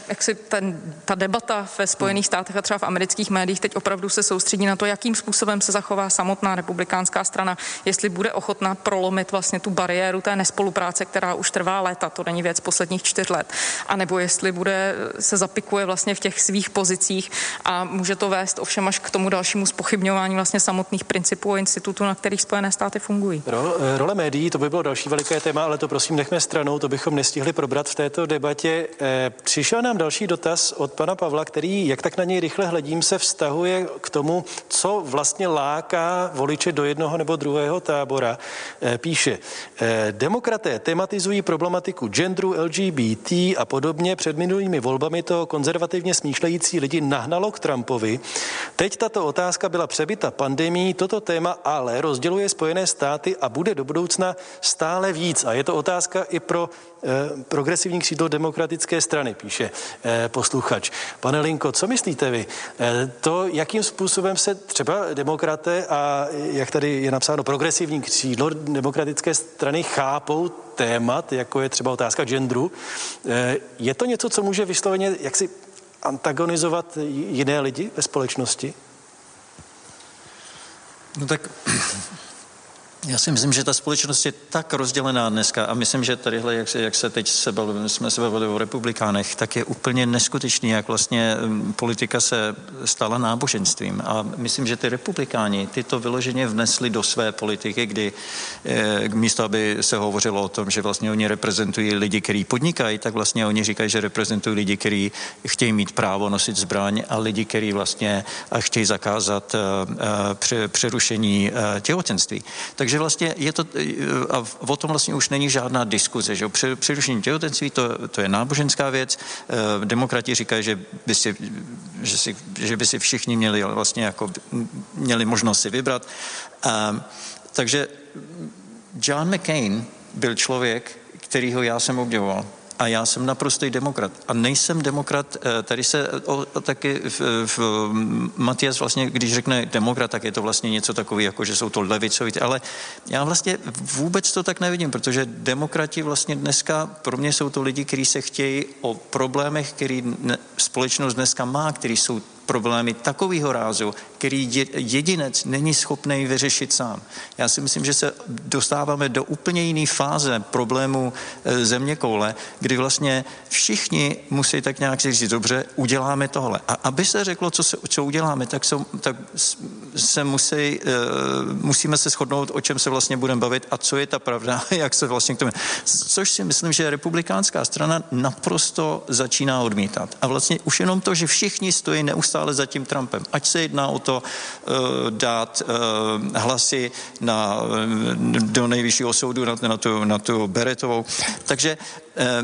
ta debata ve Spojených státech a třeba v amerických médiích teď opravdu se soustředí na to, jakým způsobem se zachová samotná republikánská strana, jestli bude ochotná prolomit vlastně tu bariéru té nespolupráce, která už trvá léta, to není věc posledních 4 let, anebo jestli se zapikuje vlastně v těch svých pozicích a může to vést ovšem až k tomu dalšímu zpochybňování vlastně samotných principů a institutů, na kterých Spojené státy fungují. Role médií, to by bylo další veliké téma, ale to prosím nechme stranou, to bychom nestihli probrat v této debatě. Přišel nám další dotaz od pana Pavla, který, jak tak na něj rychle hledím, se vztahuje k tomu, co vlastně láká voliče do jednoho nebo druhého tábora. Píše, demokraté tematizují problematiku genderu, LGBT a podobně. Před minulými volbami to konzervativně smýšlející lidi nahnalo k Trumpovi. Teď tato otázka byla přebita pandemií, toto téma ale rozděluje Spojené státy a bude do budoucna stále víc. A je to otázka i pro progresivní křídlo demokratické strany, píše posluchač. Pane Linko, co myslíte vy? To, jakým způsobem se třeba demokraté a jak tady je napsáno progresivní křídlo demokratické strany chápou témat, jako je třeba otázka genderu, je to něco, co může vysloveně jaksi antagonizovat jiné lidi ve společnosti? No tak já si myslím, že ta společnost je tak rozdělená dneska a myslím, že tadyhle, jak se teď jsme se bavili o republikánech, tak je úplně neskutečný, jak vlastně politika se stala náboženstvím. A myslím, že ty republikáni ty to vyloženě vnesli do své politiky, kdy místo, aby se hovořilo o tom, že vlastně oni reprezentují lidi, kteří podnikají, tak vlastně oni říkají, že reprezentují lidi, kteří chtějí mít právo nosit zbraň a lidi, kteří vlastně chtějí zakázat přerušení těhotenství. Takže vlastně je to, a o tom vlastně už není žádná diskuze, že přerušení těhotenství, to je náboženská věc. Demokrati říkají, že by si všichni měli vlastně jako měli možnost si vybrat. Takže John McCain byl člověk, kterýho já jsem obdivoval. A já jsem naprostý demokrat. A nejsem demokrat, tady se taky Matias vlastně, když řekne demokrat, tak je to vlastně něco takový, jako že jsou to levicoví, ale já vlastně vůbec to tak nevidím, protože demokrati vlastně dneska, pro mě jsou to lidi, kteří se chtějí o problémech, který společnost dneska má, který jsou problémy takového rázu, který jedinec není schopný vyřešit sám. Já si myslím, že se dostáváme do úplně jiné fáze problému zeměkoule, kdy vlastně všichni musí tak nějak si říct, dobře, uděláme tohle. A aby se řeklo, co uděláme, tak se musíme se shodnout, o čem se vlastně budeme bavit a co je ta pravda, jak se vlastně k tomu. Což si myslím, že republikánská strana naprosto začíná odmítat. A vlastně už jenom to, že všichni stojí neustále za tím Trumpem. Ať se jedná o to dát hlasy do nejvyššího soudu na tu Berettovou. Takže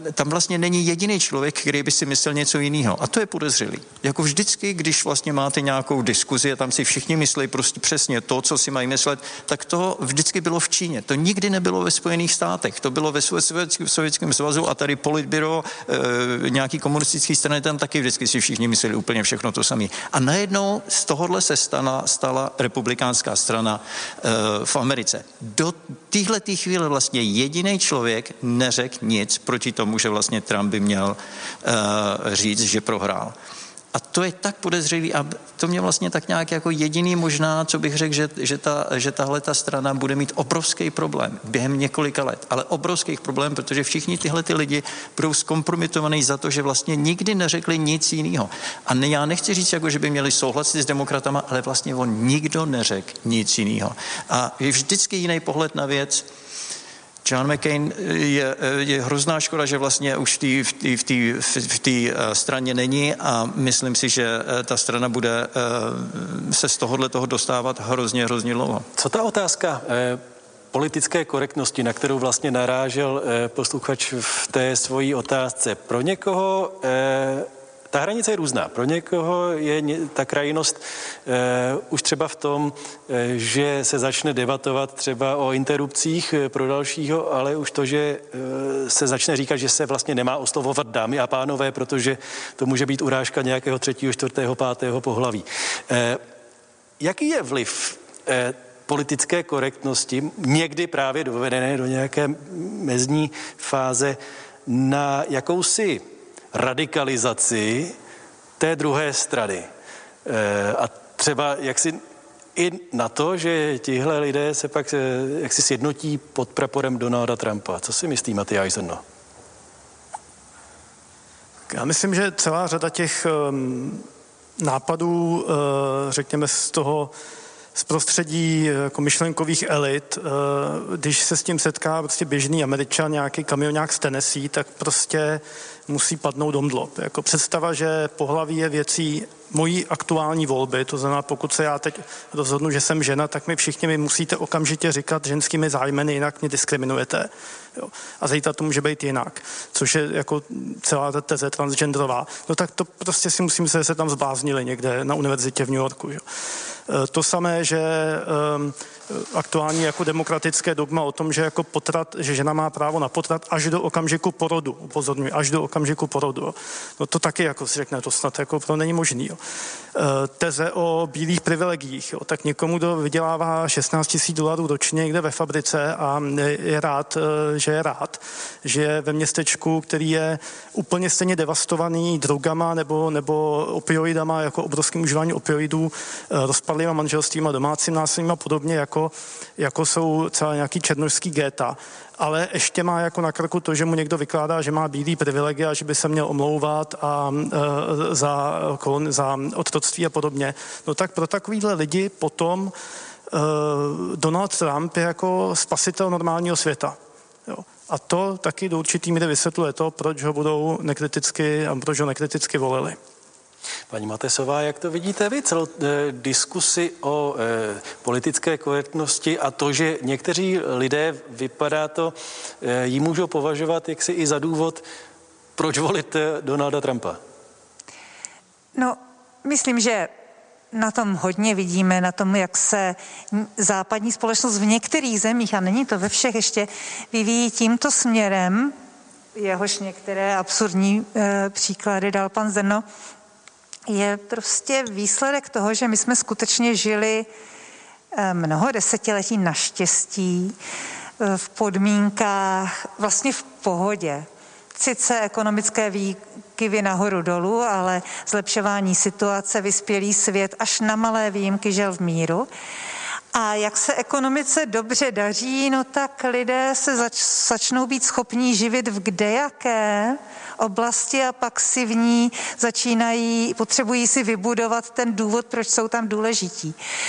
tam vlastně není jediný člověk, který by si myslel něco jiného. A to je podezřelý. Jako vždycky, když vlastně máte nějakou diskuzi a tam si všichni myslí prostě přesně to, co si mají myslet, tak to vždycky bylo v Číně. To nikdy nebylo ve Spojených státech. To bylo ve Sovětském svazu a tady politbyro, nějaký komunistický strany, tam taky vždycky si všichni mysleli úplně všechno to samé. A najednou z tohohle se stala republikánská strana v Americe. Do téhletý chvíle vlastně jediný člověk neřekl nic proti tomu, že vlastně Trump by měl říct, že prohrál. A to je tak podezřelý a to mě vlastně tak nějak jako jediný možná, co bych řekl, že tahle ta strana bude mít obrovský problém během několika let, ale obrovský problém, protože všichni tyhle ty lidi budou zkompromitovaný za to, že vlastně nikdy neřekli nic jiného. A já nechci říct, jako, že by měli souhlasit s demokratama, ale vlastně on nikdo neřekl nic jiného. A je vždycky jiný pohled na věc. John McCain je hrozná škoda, že vlastně už v té straně není a myslím si, že ta strana bude se z tohohle toho dostávat hrozně dlouho. Co ta otázka politické korektnosti, na kterou vlastně narážel posluchač v té svojí otázce? Pro někoho ta hranice je různá. Pro někoho je ta krajnost už třeba v tom, že se začne debatovat třeba o interrupcích pro dalšího, ale už to, že se začne říkat, že se vlastně nemá oslovovat dámy a pánové, protože to může být urážka nějakého 3., 4., 5. pohlaví. Jaký je vliv politické korektnosti, někdy právě dovedené do nějaké mezní fáze, na jakousi radikalizaci té druhé strany? A třeba jaksi i na to, že tihle lidé se pak jaksi sjednotí pod praporem Donalda Trumpa. Co si myslí Matěj Eisenno? Já myslím, že celá řada těch nápadů, řekněme z prostředí jako myšlenkových elit, když se s tím setká prostě běžný Američan, nějaký kamionák z Tennessee, tak prostě musí padnout omdlop. Jako představa, že pohlaví je věcí mojí aktuální volby, to znamená, pokud se já teď rozhodnu, že jsem žena, tak mi musíte okamžitě říkat ženskými zájmeny, jinak mě diskriminujete. Jo. A zítra to může být jinak, což je jako celá ta teze transgenderová. No tak to prostě si musím se tam zbláznili někde na univerzitě v New Yorku. Jo. To samé, že aktuální jako demokratické dogma o tom, že jako potrat, že žena má právo na potrat až do okamžiku porodu, upozorňuji, až do okamžiku porodu. Jo. No to taky jako si řekne, to snad jako to není možný. Jo. Teze o bílých privilegiích, jo. Tak někomu, kdo vydělává $16,000 ročně někde ve fabrice a je rád, že je ve městečku, který je úplně stejně devastovaný drogama nebo opioidama, jako obrovským užívání opioidů, rozpadlýma manželstvím, domácím násilím a podobně, jako jsou třeba nějaký černošský géta, ale ještě má jako na krku to, že mu někdo vykládá, že má bílý privilegie a že by se měl omlouvat za otroctví a podobně. No tak pro takovýhle lidi potom Donald Trump je jako spasitel normálního světa. Jo. A to taky do určitý míry vysvětluje to, proč ho nekriticky volili. Paní Matesová, jak to vidíte vy, celou diskusi o politické korektnosti a to, že někteří lidé, vypadá to, ji můžou považovat jaksi i za důvod, proč volit Donalda Trumpa? No, myslím, že na tom hodně vidíme, na tom, jak se západní společnost v některých zemích, a není to ve všech ještě, vyvíjí tímto směrem, jehož některé absurdní příklady dal pan Zrno, je prostě výsledek toho, že my jsme skutečně žili mnoho desetiletí naštěstí v podmínkách, vlastně v pohodě. Sice ekonomické výkyvy nahoru dolů, ale zlepšování situace, vyspělý svět až na malé výjimky žil v míru. A jak se ekonomice dobře daří, no tak lidé se začnou být schopní živit v kdejaké oblasti a pak si v ní potřebují si vybudovat ten důvod, proč jsou tam důležití.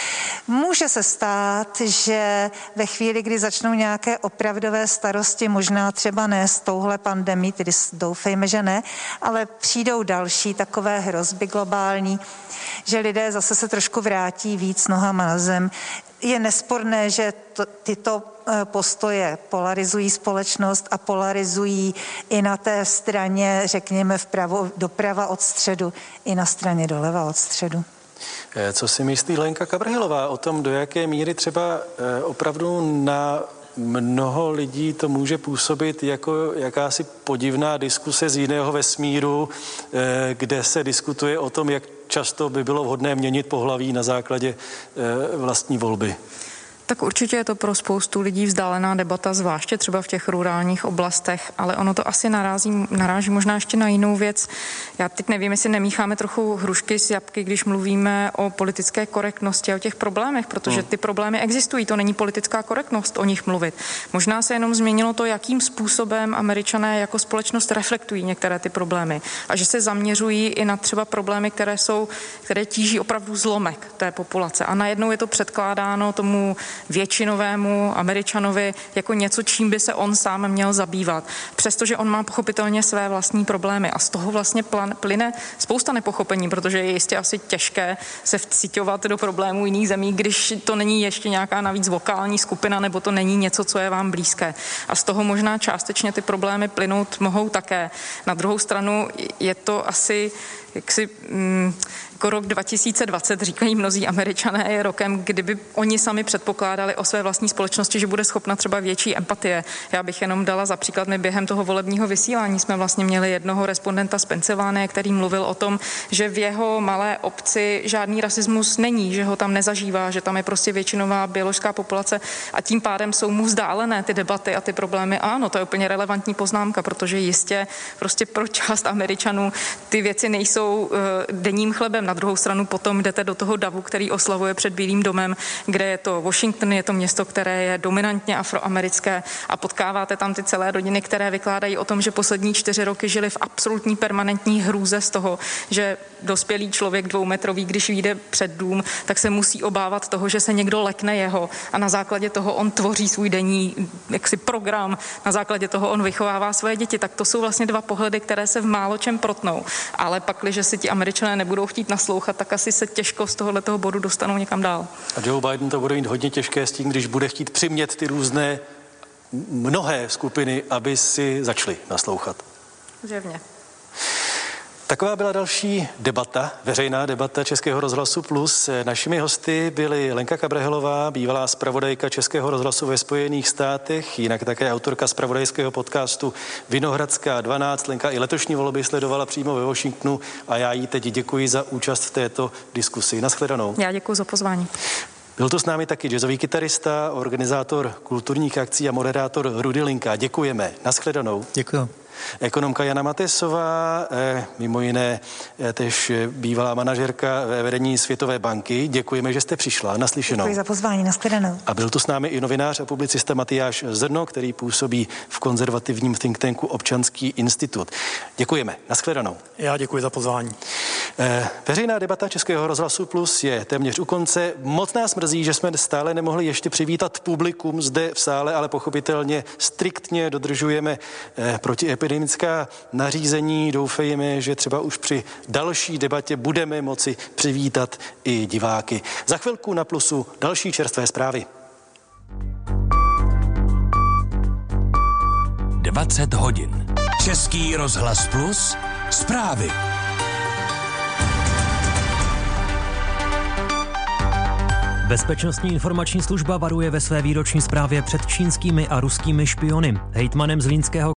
Může se stát, že ve chvíli, kdy začnou nějaké opravdové starosti, možná třeba ne s touhle pandemí, tedy doufejme, že ne, ale přijdou další takové hrozby globální, že lidé zase se trošku vrátí víc nohama na zem. Je nesporné, že tyto postoje polarizují společnost a polarizují i na té straně, řekněme, doprava od středu, i na straně doleva od středu. Co si myslí Lenka Kabrhelová o tom, do jaké míry třeba opravdu na mnoho lidí to může působit jako jakási podivná diskuse z jiného vesmíru, kde se diskutuje o tom, jak často by bylo vhodné měnit pohlaví na základě vlastní volby? Tak určitě je to pro spoustu lidí vzdálená debata, zvláště třeba v těch rurálních oblastech, ale ono to asi naráží možná ještě na jinou věc. Já teď nevím, jestli nemícháme trochu hrušky s jabky, když mluvíme o politické korektnosti a o těch problémech, protože ty problémy existují, to není politická korektnost o nich mluvit. Možná se jenom změnilo to, jakým způsobem Američané jako společnost reflektují některé ty problémy a že se zaměřují i na třeba problémy, které tíží opravdu zlomek té populace a najednou je to předkládáno tomu většinovému Američanovi jako něco, čím by se on sám měl zabývat. Přestože on má pochopitelně své vlastní problémy a z toho vlastně plyne spousta nepochopení, protože je jistě asi těžké se vciťovat do problémů jiných zemí, když to není ještě nějaká navíc vokální skupina nebo to není něco, co je vám blízké. A z toho možná částečně ty problémy plynout mohou také. Na druhou stranu je to asi jako rok 2020, říkají mnozí Američané, je rokem, kdyby oni sami předpokládali o své vlastní společnosti, že bude schopna třeba větší empatie. Já bych jenom dala za příklad, my během toho volebního vysílání jsme vlastně měli jednoho respondenta z Pensylvánie, který mluvil o tom, že v jeho malé obci žádný rasismus není, že ho tam nezažívá, že tam je prostě většinová biologická populace a tím pádem jsou mu vzdálené ty debaty a ty problémy. A ano, to je úplně relevantní poznámka, protože jistě prostě pro část Američanů ty věci nejsou denním chlebem. Na druhou stranu potom jdete do toho davu, který oslavuje před Bílým domem, kde je to Washington, je to město, které je dominantně afroamerické a potkáváte tam ty celé rodiny, které vykládají o tom, že poslední 4 roky žili v absolutní permanentní hrůze z toho, že dospělý člověk 2metrový, když vyjde před dům, tak se musí obávat toho, že se někdo lekne jeho a na základě toho on tvoří svůj denní program, na základě toho on vychovává své děti. Tak to jsou vlastně dva pohledy, které se v máločem protnou. Ale pak, že si ti Američané nebudou chtít naslouchat, tak asi se těžko z tohoto bodu dostanou někam dál. A Joe Biden to bude mít hodně těžké s tím, když bude chtít přimět ty různé mnohé skupiny, aby si začaly naslouchat. Zjevně. Taková byla další debata, veřejná debata Českého rozhlasu Plus. Našimi hosty byly Lenka Kabrhelová, bývalá zpravodajka Českého rozhlasu ve Spojených státech, jinak také autorka zpravodajského podcastu Vinohradská 12. Lenka i letošní volby sledovala přímo ve Washingtonu a já jí teď děkuji za účast v této diskusi. Naschledanou. Já děkuji za pozvání. Byl tu s námi taky jazzový kytarista, organizátor kulturních akcí a moderátor Rudy Linka. Děkujeme. Naschledanou. Děkuji. Ekonomka Jana Matesová, mimo jiné tež bývalá manažerka ve vedení Světové banky. Děkujeme, že jste přišla. Naslyšenou. Děkuji za pozvání. Naschledanou. A byl tu s námi i novinář a publicista Matyáš Zrno, který působí v konzervativním think tanku Občanský institut. Děkujeme. Naschledanou. Já děkuji za pozvání. Veřejná debata Českého rozhlasu Plus je téměř u konce. Moc nás mrzí, že jsme stále nemohli ještě přivítat publikum zde v sále, ale pochopitelně striktně dodržujeme protiepidemická nařízení. Doufejme, že třeba už při další debatě budeme moci přivítat i diváky. Za chvilku na Plusu další čerstvé zprávy. 20 hodin. Český rozhlas Plus. Zprávy. Bezpečnostní informační služba varuje ve své výroční zprávě před čínskými a ruskými špiony. Hejtmanem Zlínského